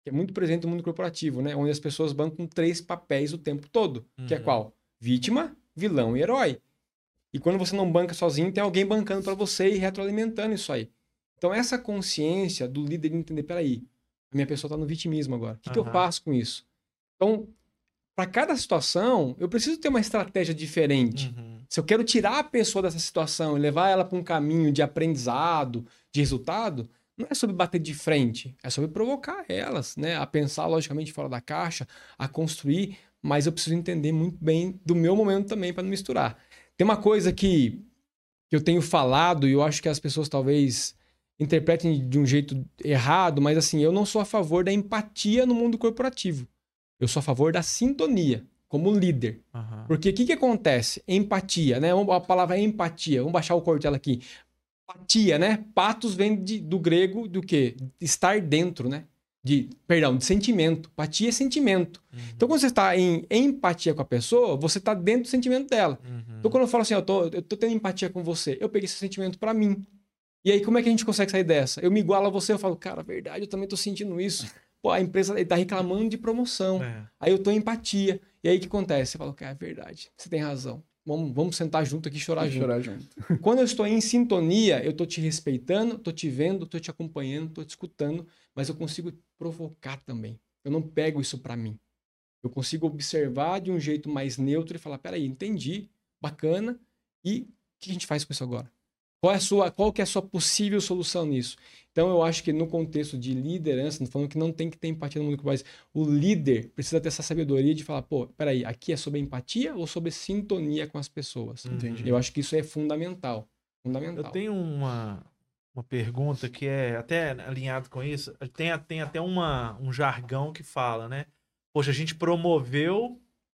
[SPEAKER 3] que é muito presente no mundo corporativo, né? Onde as pessoas bancam três papéis o tempo todo, uhum. que é qual? Vítima, vilão e herói. E quando você não banca sozinho, tem alguém bancando para você e retroalimentando isso aí. Então, essa consciência do líder de entender, peraí, a minha pessoa está no vitimismo agora. O que, uhum. que eu faço com isso? Então, para cada situação, eu preciso ter uma estratégia diferente. Uhum. Se eu quero tirar a pessoa dessa situação e levar ela para um caminho de aprendizado, de resultado, não é sobre bater de frente, é sobre provocar elas, né? A pensar logicamente fora da caixa, a construir, mas eu preciso entender muito bem do meu momento também para não misturar. Tem uma coisa que, que eu tenho falado e eu acho que as pessoas talvez interpretem de um jeito errado, mas assim, eu não sou a favor da empatia no mundo corporativo. Eu sou a favor da sintonia, como líder. Uhum. Porque o que, que acontece? Empatia, né? A palavra empatia. Vamos baixar o cortelo aqui. Patia, né? Patos vem de, do grego do quê? Estar dentro, né? De, perdão, de sentimento. Patia é sentimento. Uhum. Então, quando você está em empatia com a pessoa, você está dentro do sentimento dela. Uhum. Então, quando eu falo assim, eu tô, eu tô tendo empatia com você, eu peguei esse sentimento para mim. E aí, como é que a gente consegue sair dessa? Eu me igualo a você, eu falo, cara, verdade, eu também tô sentindo isso. Pô, a empresa está reclamando de promoção. É. Aí eu tô em empatia. E aí, o que acontece? Você fala, cara, é verdade, você tem razão. Vamos, vamos sentar junto aqui e chorar, junto. chorar junto. Quando eu estou em sintonia, eu estou te respeitando, estou te vendo, estou te acompanhando, estou te escutando, mas eu consigo provocar também. Eu não pego isso para mim. Eu consigo observar de um jeito mais neutro e falar, peraí, entendi, bacana, e o que a gente faz com isso agora? Qual é a sua, qual que é a sua possível solução nisso? Então, eu acho que no contexto de liderança, não falando que não tem que ter empatia no mundo corporativo, mas o líder precisa ter essa sabedoria de falar, pô, peraí, aqui é sobre empatia ou sobre sintonia com as pessoas? Entendi. Eu acho que isso é fundamental. Fundamental.
[SPEAKER 2] Eu tenho uma, uma pergunta que é até alinhado com isso. Tem, tem até uma, um jargão que fala, né? Poxa, a gente promoveu,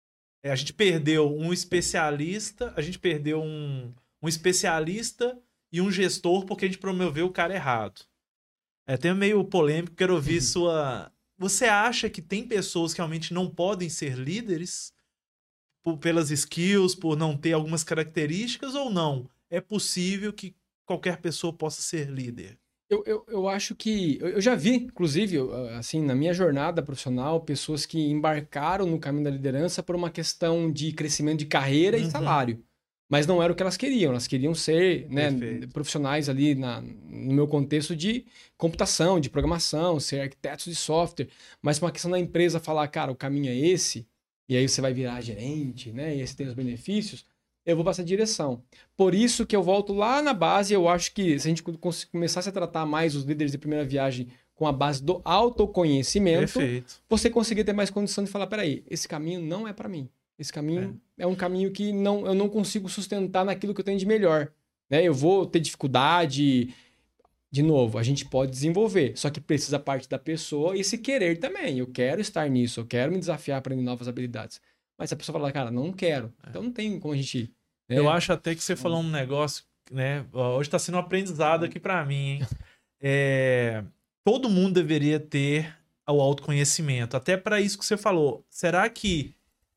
[SPEAKER 2] a gente perdeu um especialista, a gente perdeu um, um especialista e um gestor porque a gente promoveu o cara errado. É até meio polêmico, quero ouvir sua... Você acha que tem pessoas que realmente não podem ser líderes por, pelas skills, por não ter algumas características ou não? É possível que qualquer pessoa possa ser líder?
[SPEAKER 3] Eu, eu, eu acho que... Eu, eu já vi, inclusive, assim, na minha jornada profissional, pessoas que embarcaram no caminho da liderança por uma questão de crescimento de carreira uhum. e salário. Mas não era o que elas queriam. Elas queriam ser, né, profissionais ali na, no meu contexto de computação, de programação, ser arquitetos de software. Mas uma questão da empresa falar, cara, o caminho é esse, e aí você vai virar gerente, né, e aí você tem os benefícios, eu vou passar direção. Por isso que eu volto lá na base, eu acho que se a gente começasse a tratar mais os líderes de primeira viagem com a base do autoconhecimento, Perfeito. Você conseguir ter mais condição de falar, peraí, esse caminho não é para mim. Esse caminho é. é um caminho que não, eu não consigo sustentar naquilo que eu tenho de melhor. Né? Eu vou ter dificuldade. De novo, a gente pode desenvolver, só que precisa parte da pessoa e se querer também. Eu quero estar nisso, eu quero me desafiar, aprender novas habilidades. Mas se a pessoa falar, cara, não quero, é. então não tem como a gente... Né?
[SPEAKER 2] Eu acho até que você falou um negócio, né? Hoje está sendo um aprendizado aqui para mim, hein? É... Todo mundo deveria ter o autoconhecimento, até para isso que você falou. Será que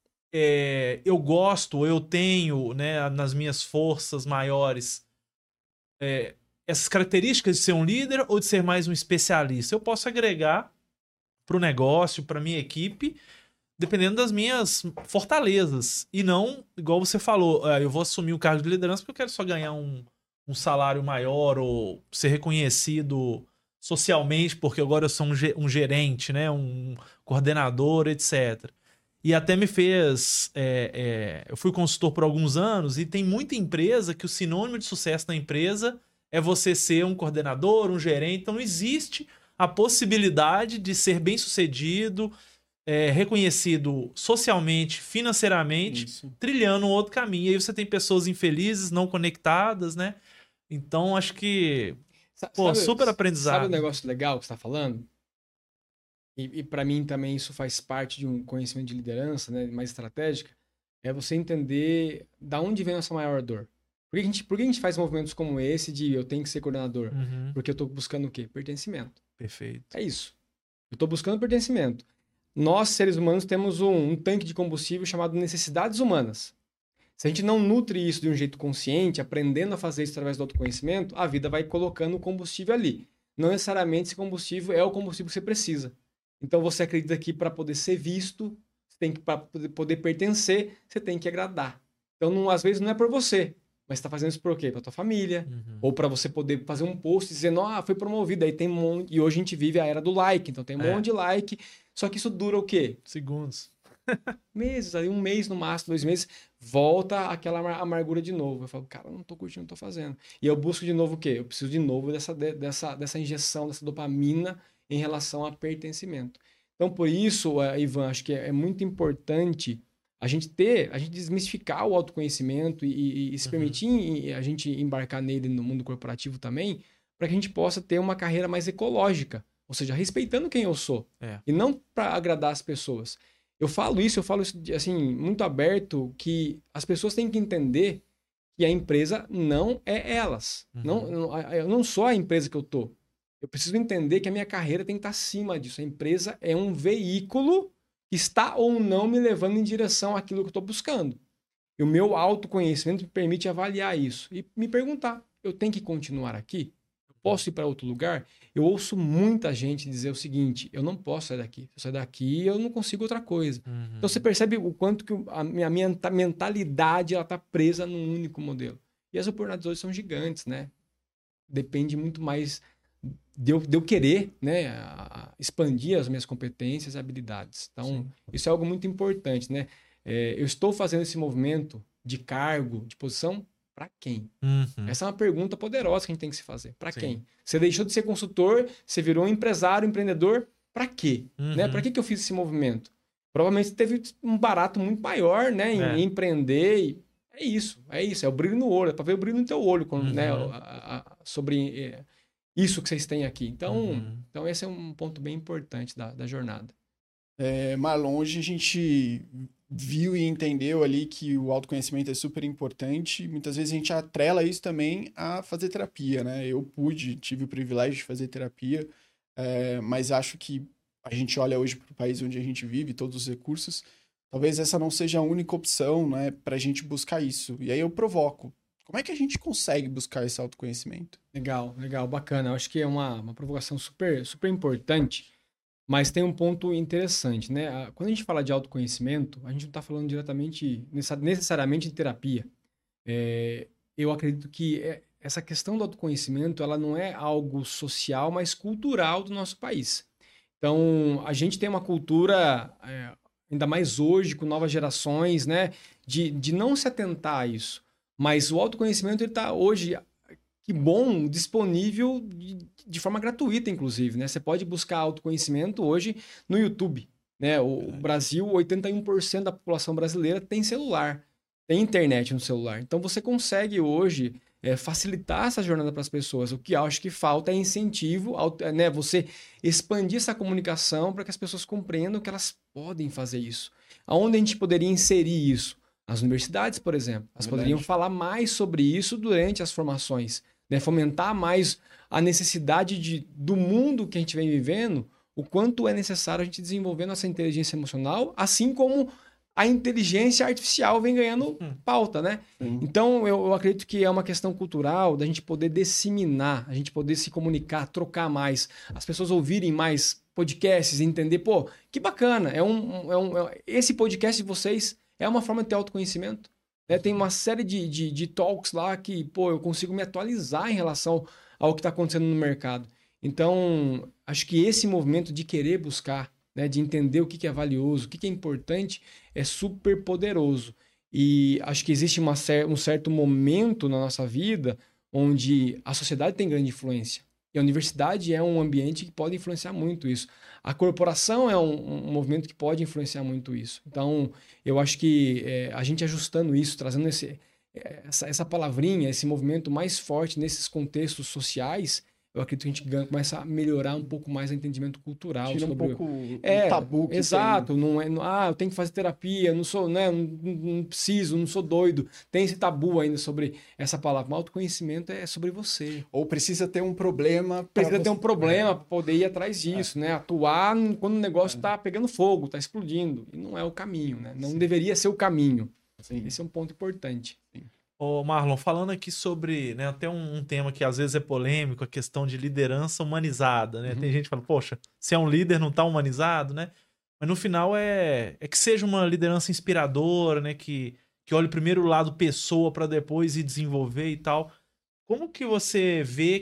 [SPEAKER 2] É, eu gosto, eu tenho, né, nas minhas forças maiores, é, essas características de ser um líder ou de ser mais um especialista? Eu posso agregar para o negócio, para minha equipe, dependendo das minhas fortalezas. E não, igual você falou, eu vou assumir o cargo de liderança porque eu quero só ganhar um, um salário maior ou ser reconhecido socialmente porque agora eu sou um, um gerente, né, um coordenador, etcétera. E até me fez... É, é, eu fui consultor por alguns anos e tem muita empresa que o sinônimo de sucesso na empresa é você ser um coordenador, um gerente. Então não existe a possibilidade de ser bem-sucedido, é, reconhecido socialmente, financeiramente, Isso. trilhando um outro caminho. E aí você tem pessoas infelizes, não conectadas, né? Então acho que...
[SPEAKER 3] Sabe,
[SPEAKER 2] pô, super aprendizado.
[SPEAKER 3] Sabe o negócio legal que você está falando? E, e para mim também isso faz parte de um conhecimento de liderança, né, mais estratégica, é você entender da onde vem a nossa maior dor. Por que a gente, por que a gente faz movimentos como esse de eu tenho que ser coordenador? Uhum. Porque eu estou buscando o quê? Pertencimento.
[SPEAKER 2] Perfeito.
[SPEAKER 3] É isso. Eu estou buscando pertencimento. Nós, seres humanos, temos um, um tanque de combustível chamado necessidades humanas. Se a gente não nutre isso de um jeito consciente, aprendendo a fazer isso através do autoconhecimento, a vida vai colocando o combustível ali. Não necessariamente esse combustível é o combustível que você precisa. Então você acredita que para poder ser visto, você tem que, para poder, poder pertencer, você tem que agradar. Então, não, às vezes, não é por você, mas você está fazendo isso por quê? Para tua família,
[SPEAKER 2] Uhum.
[SPEAKER 3] ou para você poder fazer um post dizendo, ah, foi promovido. Aí tem um monte... E hoje a gente vive a era do like, então tem um
[SPEAKER 2] É.
[SPEAKER 3] monte de like. Só que isso dura o quê?
[SPEAKER 2] Segundos.
[SPEAKER 3] Meses, ali um mês no máximo, dois meses, volta aquela amar- amargura de novo. Eu falo, cara, eu não tô curtindo, não tô fazendo. E eu busco de novo o quê? Eu preciso de novo dessa, de- dessa, dessa injeção, dessa dopamina em relação a pertencimento. Então, por isso, eh, Ivan, acho que é, é muito importante a gente ter, a gente desmistificar o autoconhecimento e, e- e se
[SPEAKER 2] Uhum.
[SPEAKER 3] permitir em- a gente embarcar nele no mundo corporativo também, para que a gente possa ter uma carreira mais ecológica, ou seja, respeitando quem eu sou,
[SPEAKER 2] É.
[SPEAKER 3] e não para agradar as pessoas. Eu falo isso, eu falo isso de, assim, muito aberto, que as pessoas têm que entender que a empresa não é elas.
[SPEAKER 2] Uhum.
[SPEAKER 3] Não, não- a- eu não sou a empresa que eu tô. Eu preciso entender que a minha carreira tem que estar acima disso. A empresa é um veículo que está ou não me levando em direção àquilo que eu estou buscando. E o meu autoconhecimento me permite avaliar isso e me perguntar: eu tenho que continuar aqui? Eu posso ir para outro lugar? Eu ouço muita gente dizer o seguinte: eu não posso sair daqui. Se eu sair daqui, eu não consigo outra coisa.
[SPEAKER 2] Uhum.
[SPEAKER 3] Então você percebe o quanto que a minha, a minha mentalidade está presa num único modelo. E as oportunidades hoje são gigantes, né? Depende muito mais de eu, de eu querer, né, a- a expandir as minhas competências e habilidades. Então,
[SPEAKER 2] Sim.
[SPEAKER 3] isso é algo muito importante, né? É, eu estou fazendo esse movimento de cargo, de posição, para quem?
[SPEAKER 2] Uhum.
[SPEAKER 3] Essa é uma pergunta poderosa que a gente tem que se fazer. Para
[SPEAKER 2] Sim.
[SPEAKER 3] quem? Você deixou de ser consultor, você virou um empresário, empreendedor, para quê?
[SPEAKER 2] Uhum.
[SPEAKER 3] Né? Para que, que eu fiz esse movimento? Provavelmente teve um barato muito maior, né, em
[SPEAKER 2] É.
[SPEAKER 3] empreender. E é isso, é isso, é o brilho no olho, é para ver o brilho no teu olho, quando,
[SPEAKER 2] Uhum.
[SPEAKER 3] né, a- a- a- sobre é, isso que vocês têm aqui. Então,
[SPEAKER 2] Uhum.
[SPEAKER 3] então esse é um ponto bem importante da, da jornada.
[SPEAKER 1] É, Marlon, hoje a gente viu e entendeu ali que o autoconhecimento é super importante. Muitas vezes a gente atrela isso também a fazer terapia, né? Eu pude, tive o privilégio de fazer terapia, é, mas acho que a gente olha hoje para o país onde a gente vive, todos os recursos, talvez essa não seja a única opção, né, para a gente buscar isso. E aí eu provoco. Como é que a gente consegue buscar esse autoconhecimento?
[SPEAKER 3] Legal, legal, bacana. Eu acho que é uma, uma provocação super, super importante, mas tem um ponto interessante, né? A- Quando a gente fala de autoconhecimento, a gente não está falando diretamente, necessa- necessariamente de terapia. É, eu acredito que é- essa questão do autoconhecimento, ela não é algo social, mas cultural do nosso país. Então, a gente tem uma cultura, é, ainda mais hoje, com novas gerações, né, de, de não se atentar a isso. Mas o autoconhecimento está hoje, que bom, disponível de, de forma gratuita, inclusive, né? Você pode buscar autoconhecimento hoje no YouTube, né? O
[SPEAKER 1] Verdade.
[SPEAKER 3] Brasil, oitenta e um por cento da população brasileira tem celular, tem internet no celular. Então, você consegue hoje é, facilitar essa jornada para as pessoas. O que eu acho que falta é incentivo, ao- é, né? Você expandir essa comunicação para que as pessoas compreendam que elas podem fazer isso. Aonde a gente poderia inserir isso? As universidades, por exemplo, elas
[SPEAKER 1] Verdade.
[SPEAKER 3] poderiam falar mais sobre isso durante as formações, né? Fomentar mais a necessidade de, do mundo que a gente vem vivendo, o quanto é necessário a gente desenvolver nossa inteligência emocional, assim como a inteligência artificial vem ganhando
[SPEAKER 2] Hum.
[SPEAKER 3] pauta, né?
[SPEAKER 1] Sim.
[SPEAKER 3] Então, eu, eu acredito que é uma questão cultural da gente poder disseminar, a gente poder se comunicar, trocar mais, as pessoas ouvirem mais podcasts, entender, pô, que bacana, é um, um- é um, é- esse podcast de vocês é uma forma de ter autoconhecimento, né? Tem uma série de, de, de talks lá que, pô, eu consigo me atualizar em relação ao que está acontecendo no mercado. Então, acho que esse movimento de querer buscar, né, de entender o que que é valioso, o que que é importante, é super poderoso. E acho que existe uma cer- um certo momento na nossa vida onde a sociedade tem grande influência. E a universidade é um ambiente que pode influenciar muito isso. A corporação é um, um movimento que pode influenciar muito isso. Então, eu acho que é, a gente ajustando isso, trazendo esse, é, essa, essa palavrinha, esse movimento mais forte nesses contextos sociais, eu acredito que a gente ganha, começa a melhorar um pouco mais o entendimento cultural
[SPEAKER 1] Tira um
[SPEAKER 3] sobre
[SPEAKER 1] pouco o
[SPEAKER 3] é,
[SPEAKER 1] tabu que
[SPEAKER 3] exato, não é, não- ah, eu tenho que fazer terapia, não sou, né, não, não- não preciso, não sou doido. Tem esse tabu ainda sobre essa palavra. Mas autoconhecimento é sobre você.
[SPEAKER 1] tem. Ou precisa ter um problema. pra
[SPEAKER 3] Precisa ter um
[SPEAKER 1] você-
[SPEAKER 3] problema para poder ir atrás disso, né? Atuar quando o negócio está pegando fogo, está explodindo. E não é o caminho, né? Não
[SPEAKER 1] Sim.
[SPEAKER 3] deveria ser o caminho.
[SPEAKER 1] Sim.
[SPEAKER 3] Esse é um ponto importante.
[SPEAKER 2] Ô Marlon, falando aqui sobre, né, até um, um tema que às vezes é polêmico, a questão de liderança humanizada, né?
[SPEAKER 3] Uhum.
[SPEAKER 2] Tem gente que fala, poxa, se é um líder não tá humanizado, né? Mas no final é, é que seja uma liderança inspiradora, né? Que, que olhe primeiro o lado pessoa para depois ir desenvolver e tal. Como que você vê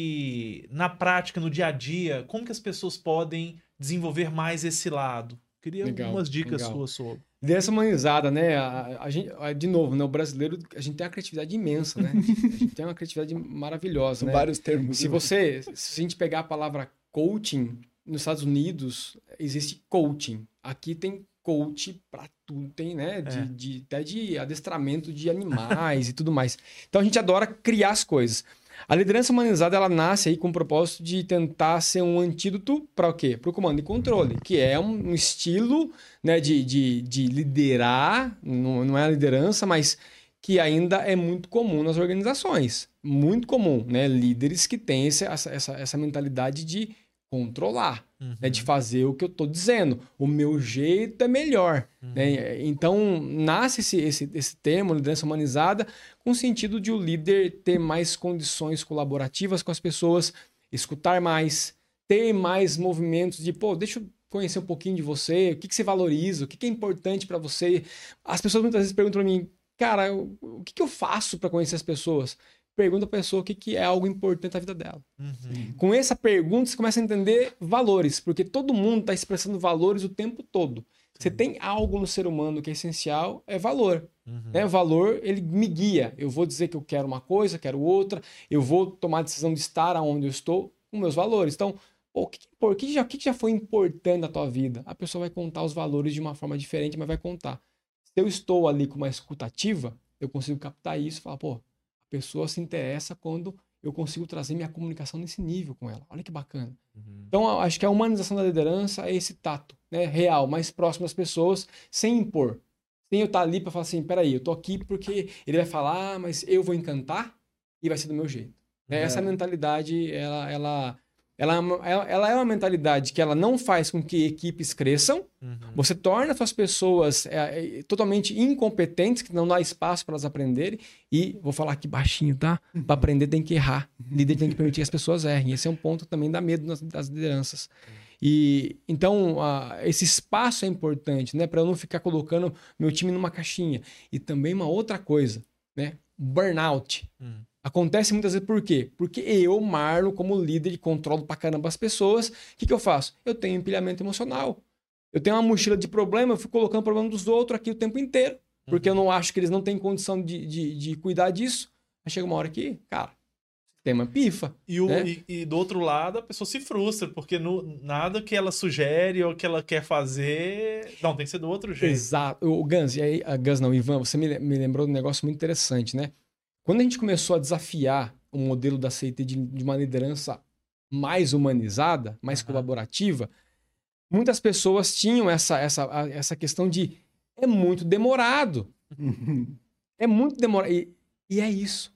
[SPEAKER 2] que na prática, no dia a dia, como que as pessoas podem desenvolver mais esse lado? Queria
[SPEAKER 3] Legal,
[SPEAKER 2] algumas dicas
[SPEAKER 3] legal.
[SPEAKER 2] suas sobre.
[SPEAKER 3] Liderança humanizada, né? A, a gente, a- de novo, né? O brasileiro, a gente tem uma criatividade imensa, né? A gente tem uma criatividade maravilhosa,
[SPEAKER 1] São
[SPEAKER 3] né?
[SPEAKER 1] vários termos.
[SPEAKER 3] Se você, se a gente pegar a palavra coaching, nos Estados Unidos existe coaching. Aqui tem coach para tudo, tem, né? De,
[SPEAKER 2] É.
[SPEAKER 3] de, até de adestramento de animais e tudo mais. Então a gente adora criar as coisas. A liderança humanizada, ela nasce aí com o propósito de tentar ser um antídoto para o quê? Para o comando e controle, que é um, um estilo, né, de, de, de liderar, não, não é a liderança, mas que ainda é muito comum nas organizações. Muito comum, né? Líderes que têm esse, essa, essa, essa mentalidade de controlar,
[SPEAKER 2] Uhum.
[SPEAKER 3] né? De fazer o que eu estou dizendo. O meu jeito é melhor.
[SPEAKER 2] Uhum.
[SPEAKER 3] Né? Então, nasce esse, esse, esse termo, liderança humanizada, com o sentido de o líder ter mais condições colaborativas com as pessoas, escutar mais, ter mais movimentos de, pô, deixa eu conhecer um pouquinho de você, o que, que você valoriza, o que, que é importante para você. As pessoas muitas vezes perguntam para mim, cara, o, o que, que eu faço para conhecer as pessoas? Pergunta para a pessoa o que, que é algo importante na vida dela.
[SPEAKER 2] Uhum.
[SPEAKER 3] Com essa pergunta, você começa a entender valores, porque todo mundo está expressando valores o tempo todo. Você tem algo no ser humano que é essencial, é valor.
[SPEAKER 2] Uhum.
[SPEAKER 3] Né? O valor, ele me guia. Eu vou dizer que eu quero uma coisa, quero outra, eu vou tomar a decisão de estar onde eu estou com meus valores. Então, pô, o que, por que, já, o que já foi importante na tua vida? A pessoa vai contar os valores de uma forma diferente, mas vai contar. Se eu estou ali com uma escutativa, eu consigo captar isso e falar, pô, a pessoa se interessa quando eu consigo trazer minha comunicação nesse nível com ela. Olha que bacana.
[SPEAKER 2] Uhum.
[SPEAKER 3] Então, acho que a humanização da liderança é esse tato, né, real, mais próximo das pessoas, sem impor. Sem eu estar ali para falar assim, peraí, eu tô aqui porque ele vai falar, mas eu vou encantar e vai ser do meu jeito. É. Essa mentalidade, ela, ela, ela, ela é uma mentalidade que ela não faz com que equipes cresçam.
[SPEAKER 2] Uhum.
[SPEAKER 3] Você torna as suas pessoas é, é, totalmente incompetentes, que não dá espaço para elas aprenderem. E, vou falar aqui baixinho, tá? Para aprender tem que errar. O líder tem que permitir que as pessoas errem. Esse é um ponto também dá medo nas, das lideranças. E então, uh, esse espaço é importante, né? Para eu não ficar colocando meu time numa caixinha. E também uma outra coisa, né? Burnout.
[SPEAKER 2] Uhum.
[SPEAKER 3] Acontece muitas vezes por quê? Porque eu, Marlon, como líder, controlo pra caramba as pessoas. O que, que eu faço? Eu tenho empilhamento emocional. Eu tenho uma mochila de problema, eu fico colocando o problema dos outros aqui o tempo inteiro. Porque uhum. eu não acho que eles não têm condição de, de, de cuidar disso. Aí chega uma hora que, cara, tem uma pifa.
[SPEAKER 2] E, o,
[SPEAKER 3] né?
[SPEAKER 2] e, e do outro lado, a pessoa se frustra, porque no, nada que ela sugere ou que ela quer fazer... Não, tem que ser do outro jeito.
[SPEAKER 3] Exato. O Gans, e aí, a Gans não, Ivan, você me, me lembrou de um negócio muito interessante, né? Quando a gente começou a desafiar o modelo da C I T de, de uma liderança mais humanizada, mais uhum. colaborativa, muitas pessoas tinham essa, essa, essa questão de é muito demorado. Uhum. É muito demorado. E, e é isso.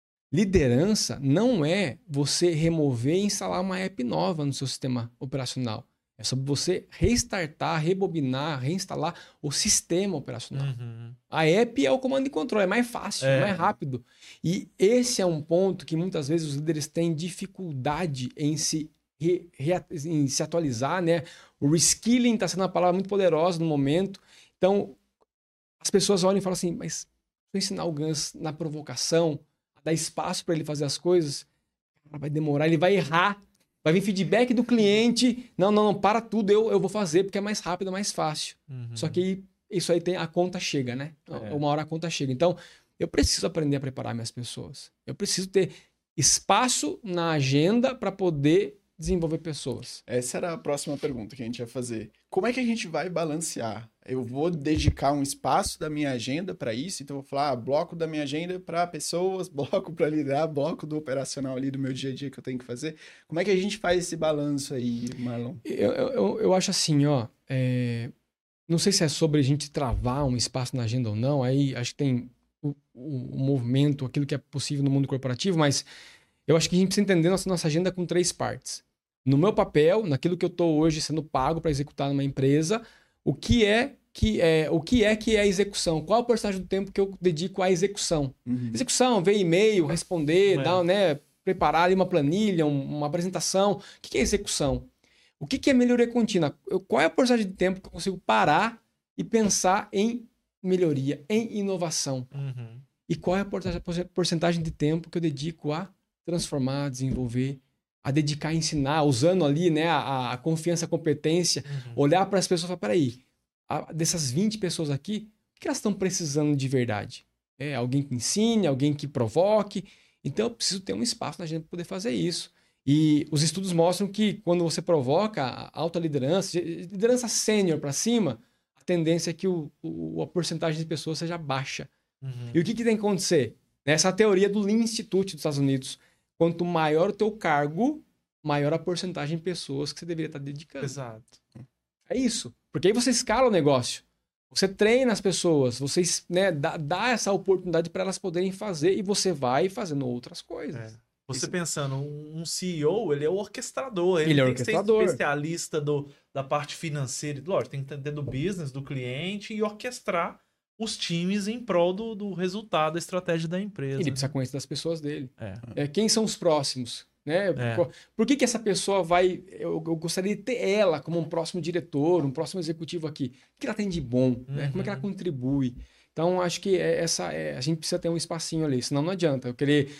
[SPEAKER 3] Liderança não é você remover e instalar uma app nova no seu sistema operacional. É sobre você restartar, rebobinar, reinstalar o sistema operacional. Uhum. A app é o comando e controle, é mais fácil, é mais rápido. E esse é um ponto que muitas vezes os líderes têm dificuldade em se, re, re, em se atualizar, né? O reskilling está sendo uma palavra muito poderosa no momento. Então, as pessoas olham e falam assim, mas se eu ensinar o Gans na provocação, dar espaço para ele fazer as coisas, vai demorar, ele vai errar. Vai vir feedback do cliente. Não, não, não, para tudo, eu, eu vou fazer, porque é mais rápido, é mais fácil. Uhum. Só que isso aí tem, a conta chega, né? É. Uma hora a conta chega. Então, eu preciso aprender a preparar minhas pessoas. Eu preciso ter espaço na agenda para poder desenvolver pessoas.
[SPEAKER 1] Essa era a próxima pergunta que a gente ia fazer. Como é que a gente vai balancear? Eu vou dedicar um espaço da minha agenda para isso, então eu vou falar, ah, bloco da minha agenda para pessoas, bloco para liderar, bloco do operacional ali do meu dia a dia que eu tenho que fazer. Como é que a gente faz esse balanço aí, Marlon?
[SPEAKER 3] Eu, eu, eu acho assim, ó, é... não sei se é sobre a gente travar um espaço na agenda ou não, aí acho que tem o, o, o movimento, aquilo que é possível no mundo corporativo, mas eu acho que a gente precisa entender nossa, nossa agenda com três partes. No meu papel, naquilo que eu estou hoje sendo pago para executar numa empresa, o que é que é, o que é que é a execução? Qual a porcentagem do tempo que eu dedico à execução?
[SPEAKER 1] Uhum.
[SPEAKER 3] Execução, ver e-mail, responder,
[SPEAKER 2] É.
[SPEAKER 3] dar, né, preparar ali uma planilha, um- uma apresentação. O que que é execução? O que que é melhoria contínua? Eu- Qual é a porcentagem de tempo que eu consigo parar e pensar em melhoria, em inovação?
[SPEAKER 2] Uhum.
[SPEAKER 3] E qual é a porta- porcentagem de tempo que eu dedico a transformar, desenvolver, a dedicar a ensinar, usando ali, né, a, a confiança, a competência,
[SPEAKER 2] Uhum.
[SPEAKER 3] olhar para as pessoas e falar, peraí, a- dessas vinte pessoas aqui, o que elas estão precisando de verdade? É alguém que ensine, alguém que provoque. Então eu preciso ter um espaço na gente para poder fazer isso. E os estudos mostram que quando você provoca a alta liderança, liderança sênior para cima, a tendência é que o, o- a porcentagem de pessoas seja baixa.
[SPEAKER 2] Uhum.
[SPEAKER 3] E o que, que tem que acontecer? Essa é a teoria do Lean Institute dos Estados Unidos. Quanto maior o teu cargo, maior a porcentagem de pessoas que você deveria estar dedicando.
[SPEAKER 2] Exato.
[SPEAKER 3] É isso. Porque aí você escala o negócio. Você treina as pessoas, você, né, dá, dá essa oportunidade para elas poderem fazer e você vai fazendo outras coisas.
[SPEAKER 2] É. Você
[SPEAKER 3] Isso.
[SPEAKER 2] pensando, um um C E O, ele é o orquestrador. Ele,
[SPEAKER 3] Ele é o
[SPEAKER 2] tem que ser
[SPEAKER 3] orquestrador.
[SPEAKER 2] especialista do, da parte financeira. Lógico, tem que entender do business, do cliente e orquestrar os times em prol do, do resultado, da estratégia da empresa.
[SPEAKER 3] Ele precisa conhecer das pessoas dele.
[SPEAKER 2] É.
[SPEAKER 3] É, quem são os próximos? Né?
[SPEAKER 2] É.
[SPEAKER 3] Por, por que, que essa pessoa vai... Eu, eu gostaria de ter ela como um próximo diretor, um próximo executivo aqui. O que ela tem de bom? Né? Como é que ela
[SPEAKER 2] Uhum.
[SPEAKER 3] contribui? Então, acho que é essa, é, a gente precisa ter um espacinho ali, senão não adianta. Eu querer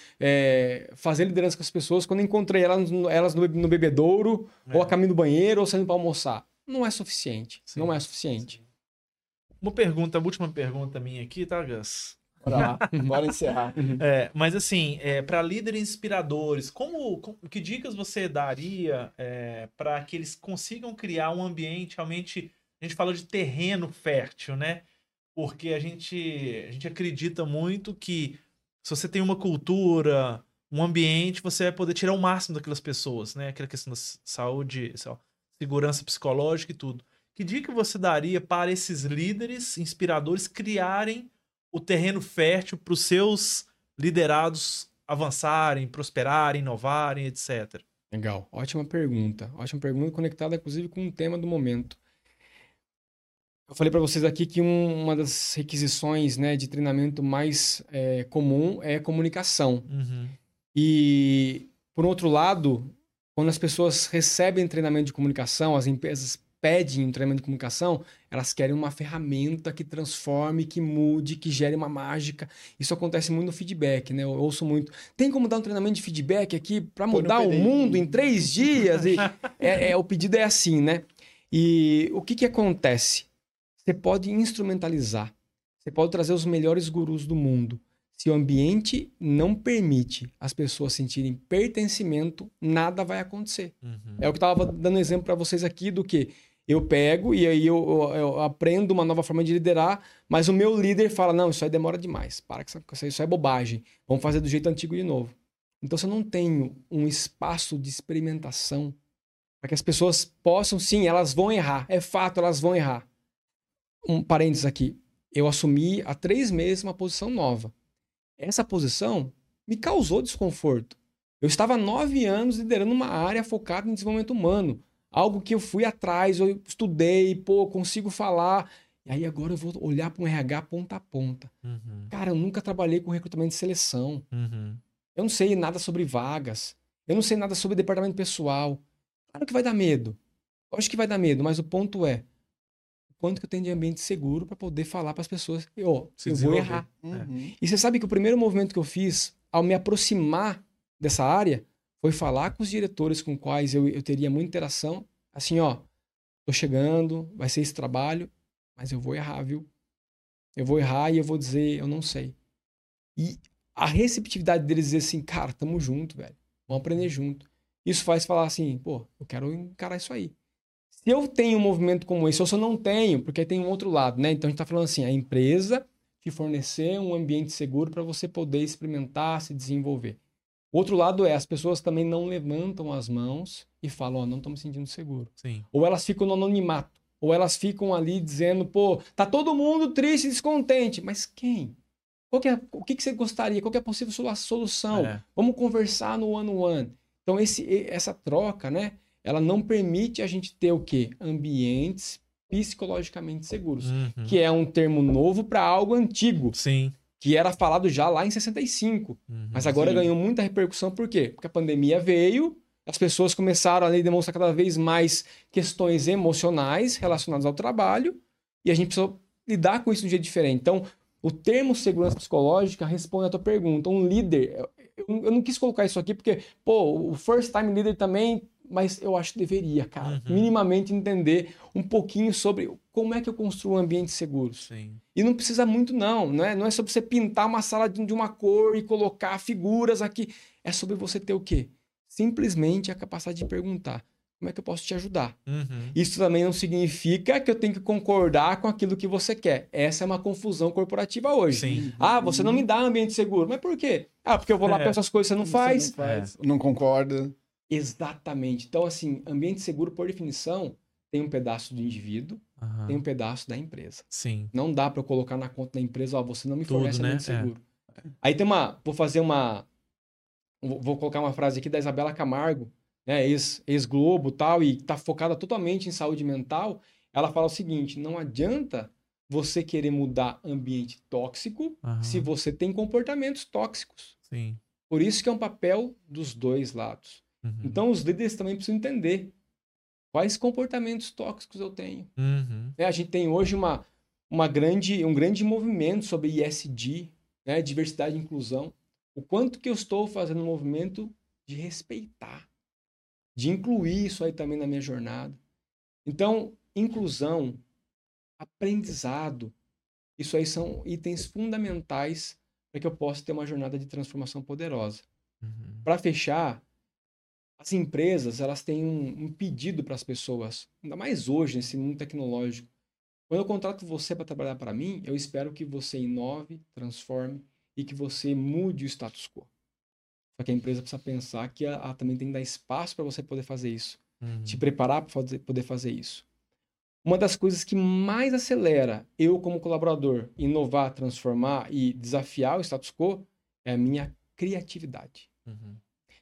[SPEAKER 3] é, fazer liderança com as pessoas, quando eu encontrei elas, no- elas no, no bebedouro,
[SPEAKER 2] É.
[SPEAKER 3] ou a caminho do banheiro, ou saindo para almoçar. Não é suficiente.
[SPEAKER 2] Sim.
[SPEAKER 3] Não é suficiente.
[SPEAKER 2] Uma pergunta, a última pergunta minha aqui, tá, Gus?
[SPEAKER 1] Bora lá, bora encerrar.
[SPEAKER 2] É, mas assim, é, para líderes inspiradores, como, como- que dicas você daria para que eles consigam criar um ambiente realmente, a gente fala de terreno fértil, né? Porque a gente, a gente acredita muito que se você tem uma cultura, um ambiente, você vai poder tirar o máximo daquelas pessoas, né? Aquela questão da s- saúde, sei lá, segurança psicológica e tudo. Que dica você daria para esses líderes inspiradores criarem o terreno fértil para os seus liderados avançarem, prosperarem, inovarem, etcétera?
[SPEAKER 3] Legal. Ótima pergunta. Ótima pergunta, conectada, inclusive, com o tema do momento. Eu falei para vocês aqui que um- uma das requisições, né, de treinamento mais é, comum é comunicação.
[SPEAKER 2] Uhum.
[SPEAKER 3] E, por outro lado, quando as pessoas recebem treinamento de comunicação, as empresas pedem um treinamento de comunicação, elas querem uma ferramenta que transforme, que mude, que gere uma mágica. Isso acontece muito no feedback, né? Eu ouço muito. Tem como dar um treinamento de feedback aqui para
[SPEAKER 1] Põe no
[SPEAKER 3] mudar o
[SPEAKER 1] P D I.
[SPEAKER 3] mundo em três dias? E é, é, o pedido é assim, né? E o que, que acontece? Você pode instrumentalizar. Você pode trazer os melhores gurus do mundo. Se o ambiente não permite as pessoas sentirem pertencimento, nada vai acontecer.
[SPEAKER 2] Uhum.
[SPEAKER 3] É o que eu estava dando exemplo para vocês aqui do que eu pego e aí eu, eu- eu aprendo uma nova forma de liderar, mas o meu líder fala, não, isso aí demora demais, para que isso, isso aí é bobagem, vamos fazer do jeito antigo de novo. Então, se eu não tenho um espaço de experimentação para que as pessoas possam, sim, elas vão errar, é fato, elas vão errar. Um parênteses aqui, eu assumi há três meses uma posição nova. Essa posição me causou desconforto. Eu estava há nove anos liderando uma área focada em desenvolvimento humano. Algo que eu fui atrás, eu estudei, pô, consigo falar. E aí agora eu vou olhar para um R H ponta a ponta.
[SPEAKER 2] Uhum.
[SPEAKER 3] Cara, eu nunca trabalhei com recrutamento de seleção.
[SPEAKER 2] Uhum.
[SPEAKER 3] Eu não sei nada sobre vagas. Eu não sei nada sobre departamento pessoal. Claro que vai dar medo. Eu acho que vai dar medo, mas o ponto é o quanto que eu tenho de ambiente seguro para poder falar para as pessoas, ó,
[SPEAKER 2] Se
[SPEAKER 3] eu vou
[SPEAKER 2] desenvolver.
[SPEAKER 3] errar.
[SPEAKER 1] Uhum.
[SPEAKER 3] E você sabe que o primeiro movimento que eu fiz ao me aproximar dessa área foi falar com os diretores com quais eu, eu teria muita interação. Assim, ó, tô chegando, vai ser esse trabalho, mas eu vou errar, viu? Eu vou errar e eu vou dizer, eu não sei. E a receptividade deles dizer assim, cara, tamo junto, velho. Vamos aprender junto. Isso faz falar assim, pô, eu quero encarar isso aí. Se eu tenho um movimento como esse, ou se eu não tenho, porque tem um outro lado, né? Então a gente tá falando assim, a empresa te fornecer um ambiente seguro para você poder experimentar, se desenvolver. O outro lado é, as pessoas também não levantam as mãos e falam, ó, não tô me sentindo seguro.
[SPEAKER 2] Sim.
[SPEAKER 3] Ou elas ficam no anonimato. Ou elas ficam ali dizendo, pô, tá todo mundo triste e descontente. Mas quem? Qual que é, o que, que você gostaria? Qual que é a possível solu- solução?
[SPEAKER 2] É.
[SPEAKER 3] Vamos conversar no one-on-one. Então, esse, essa troca, né? Ela não permite a gente ter o quê? Ambientes psicologicamente seguros,
[SPEAKER 2] Uhum.
[SPEAKER 3] que é um termo novo para algo antigo,
[SPEAKER 2] Sim.
[SPEAKER 3] que era falado já lá em sessenta e cinco.
[SPEAKER 2] Uhum.
[SPEAKER 3] Mas agora
[SPEAKER 1] Sim.
[SPEAKER 3] ganhou muita repercussão, por quê? Porque a pandemia veio, as pessoas começaram a demonstrar cada vez mais questões emocionais relacionadas ao trabalho, e a gente precisou lidar com isso de um jeito diferente. Então, o termo segurança psicológica responde à tua pergunta. Um líder, eu, eu não quis colocar isso aqui porque, pô, o first time leader também, mas eu acho que deveria, cara,
[SPEAKER 2] Uhum.
[SPEAKER 3] minimamente entender um pouquinho sobre como é que eu construo um ambiente seguro.
[SPEAKER 2] Sim.
[SPEAKER 3] E não precisa muito, não. Não é, não é sobre você pintar uma sala de, de uma cor e colocar figuras aqui. É sobre você ter o quê? Simplesmente a capacidade de perguntar. Como é que eu posso te ajudar?
[SPEAKER 2] Uhum.
[SPEAKER 3] Isso também não significa que eu tenho que concordar com aquilo que você quer. Essa é uma confusão corporativa hoje.
[SPEAKER 2] Sim.
[SPEAKER 3] Ah, você não me dá ambiente seguro. Mas por quê? Ah, porque eu vou lá
[SPEAKER 2] É.
[SPEAKER 3] pensar as coisas que você não faz.
[SPEAKER 1] Você não faz, não concorda.
[SPEAKER 3] Exatamente. Então, assim, ambiente seguro, por definição, tem um pedaço do indivíduo,
[SPEAKER 2] Aham.
[SPEAKER 3] tem um pedaço da empresa.
[SPEAKER 2] Sim.
[SPEAKER 3] Não dá para eu colocar na conta da empresa, ó, você não me
[SPEAKER 2] Tudo,
[SPEAKER 3] fornece
[SPEAKER 2] né?
[SPEAKER 3] ambiente seguro. Aí tem uma, vou fazer uma, vou vou colocar uma frase aqui da Isabela Camargo, né, ex, ex-Globo tal, e tá focada totalmente em saúde mental. Ela fala o seguinte, não adianta você querer mudar ambiente tóxico
[SPEAKER 2] Aham.
[SPEAKER 3] se você tem comportamentos tóxicos.
[SPEAKER 2] Sim.
[SPEAKER 3] Por isso que é um papel dos dois lados.
[SPEAKER 2] Uhum.
[SPEAKER 3] Então os líderes também precisam entender quais comportamentos tóxicos eu tenho.
[SPEAKER 2] Uhum.
[SPEAKER 3] Né? A gente tem hoje uma, uma grande, um grande movimento sobre I S D, né? Diversidade e inclusão. O quanto que eu estou fazendo um movimento de respeitar, de incluir isso aí também na minha jornada. Então, inclusão, aprendizado, isso aí são itens fundamentais para que eu possa ter uma jornada de transformação poderosa.
[SPEAKER 2] Uhum.
[SPEAKER 3] Para fechar, as empresas, elas têm um, um pedido para as pessoas, ainda mais hoje, nesse mundo tecnológico. Quando eu contrato você para trabalhar para mim, eu espero que você inove, transforme e que você mude o status quo. Só que a empresa precisa pensar que ela, ela também tem que dar espaço para você poder fazer isso,
[SPEAKER 2] Uhum.
[SPEAKER 3] te preparar para poder fazer isso. Uma das coisas que mais acelera eu, como colaborador, inovar, transformar e desafiar o status quo é a minha criatividade.
[SPEAKER 2] Uhum.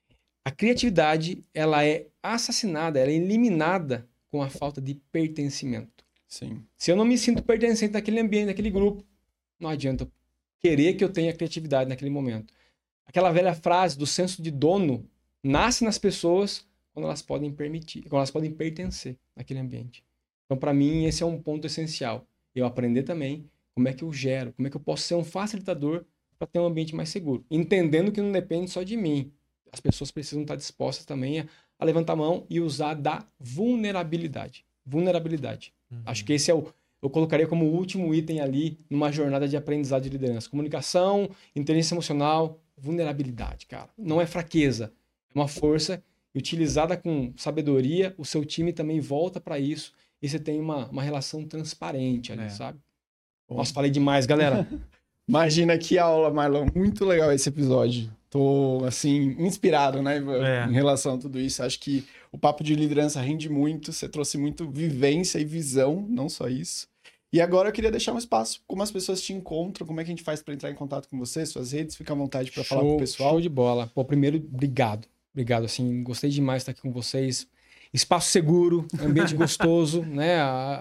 [SPEAKER 3] A criatividade, ela é assassinada, ela é eliminada com a falta de pertencimento.
[SPEAKER 1] Sim.
[SPEAKER 3] Se eu não me sinto pertencente naquele ambiente, naquele grupo, não adianta querer que eu tenha criatividade naquele momento. Aquela velha frase do senso de dono nasce nas pessoas quando elas podem permitir, quando elas podem pertencer naquele ambiente. Então, para mim, esse é um ponto essencial. Eu aprender também como é que eu gero, como é que eu posso ser um facilitador para ter um ambiente mais seguro. Entendendo que não depende só de mim. As pessoas precisam estar dispostas também a, a levantar a mão e usar da vulnerabilidade. Vulnerabilidade.
[SPEAKER 2] Uhum.
[SPEAKER 3] Acho que esse é o... Eu colocaria como último item ali numa jornada de aprendizado de liderança. Comunicação, inteligência emocional, vulnerabilidade, cara. Não é fraqueza. É uma força utilizada com sabedoria. O seu time também volta para isso. E você tem uma, uma relação transparente ali,
[SPEAKER 2] É.
[SPEAKER 3] sabe?
[SPEAKER 1] Bom.
[SPEAKER 3] Nossa, falei demais, galera.
[SPEAKER 1] Imagina que aula, Marlon. Muito legal esse episódio. Tô, assim, inspirado, né, Ivan,
[SPEAKER 2] É.
[SPEAKER 1] em relação a tudo isso. Acho que o papo de liderança rende muito. Você trouxe muito vivência e visão, não só isso. E agora eu queria deixar um espaço, como as pessoas te encontram, como é que a gente faz para entrar em contato com você, suas redes, fica à vontade para falar com o pessoal.
[SPEAKER 3] Show de bola. Pô, primeiro, obrigado. Obrigado, assim, gostei demais de estar aqui com vocês. Espaço seguro, ambiente gostoso, né?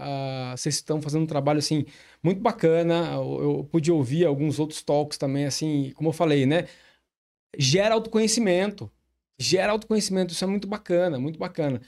[SPEAKER 3] A, a, vocês estão fazendo um trabalho, assim, muito bacana. Eu, eu pude ouvir alguns outros talks também, assim, como eu falei, né? Gera autoconhecimento. Gera autoconhecimento, isso é muito bacana, muito bacana.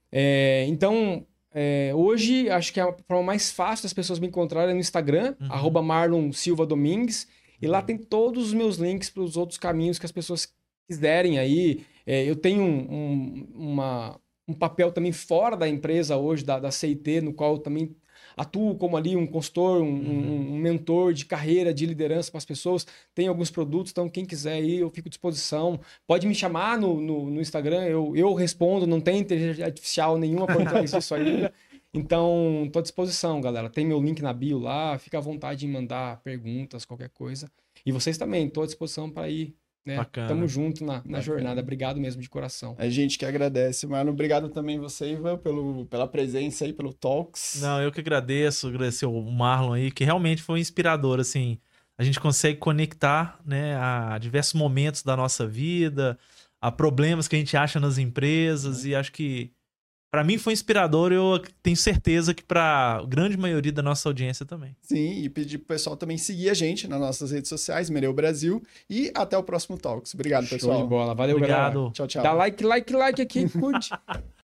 [SPEAKER 3] É, então, é, hoje, acho que a forma mais fácil das pessoas me encontrarem é no Instagram,
[SPEAKER 2] Uhum.
[SPEAKER 3] arroba Marlon Silva Domingues, e lá tem todos os meus links para os outros caminhos que as pessoas quiserem aí. É, eu tenho um, um, uma, um papel também fora da empresa hoje, da, da C I T, no qual eu também atuo como ali um consultor, um,
[SPEAKER 2] Uhum.
[SPEAKER 3] um, um mentor de carreira, de liderança para as pessoas. Tem alguns produtos, então quem quiser aí, eu fico à disposição. Pode me chamar no, no, no Instagram, eu, eu respondo, não tem inteligência artificial nenhuma por trás disso ainda. Então, estou à disposição, galera. Tem meu link na bio lá, fica à vontade em mandar perguntas, qualquer coisa. E vocês também, estou à disposição para ir. Né?
[SPEAKER 2] Bacana.
[SPEAKER 3] Tamo junto na, na
[SPEAKER 1] Bacana.
[SPEAKER 3] jornada. Obrigado mesmo de coração.
[SPEAKER 1] A gente que agradece, Marlon. Obrigado também você, Ivan, pelo, pela presença aí, pelo Talks.
[SPEAKER 2] Não, eu que agradeço, agradecer o Marlon aí, que realmente foi inspirador, assim, a gente consegue conectar, né, a diversos momentos da nossa vida, a problemas que a gente acha nas empresas, e acho que Para mim foi inspirador, eu tenho certeza que para a grande maioria da nossa audiência também.
[SPEAKER 1] Sim, e pedir pro pessoal também seguir a gente nas nossas redes sociais, Mereu Brasil, e até o próximo Talks. Obrigado, pessoal.
[SPEAKER 3] Show de bola. Valeu,
[SPEAKER 2] Obrigado.
[SPEAKER 3] galera.
[SPEAKER 1] Tchau, tchau.
[SPEAKER 3] Dá like, like, like aqui, curte.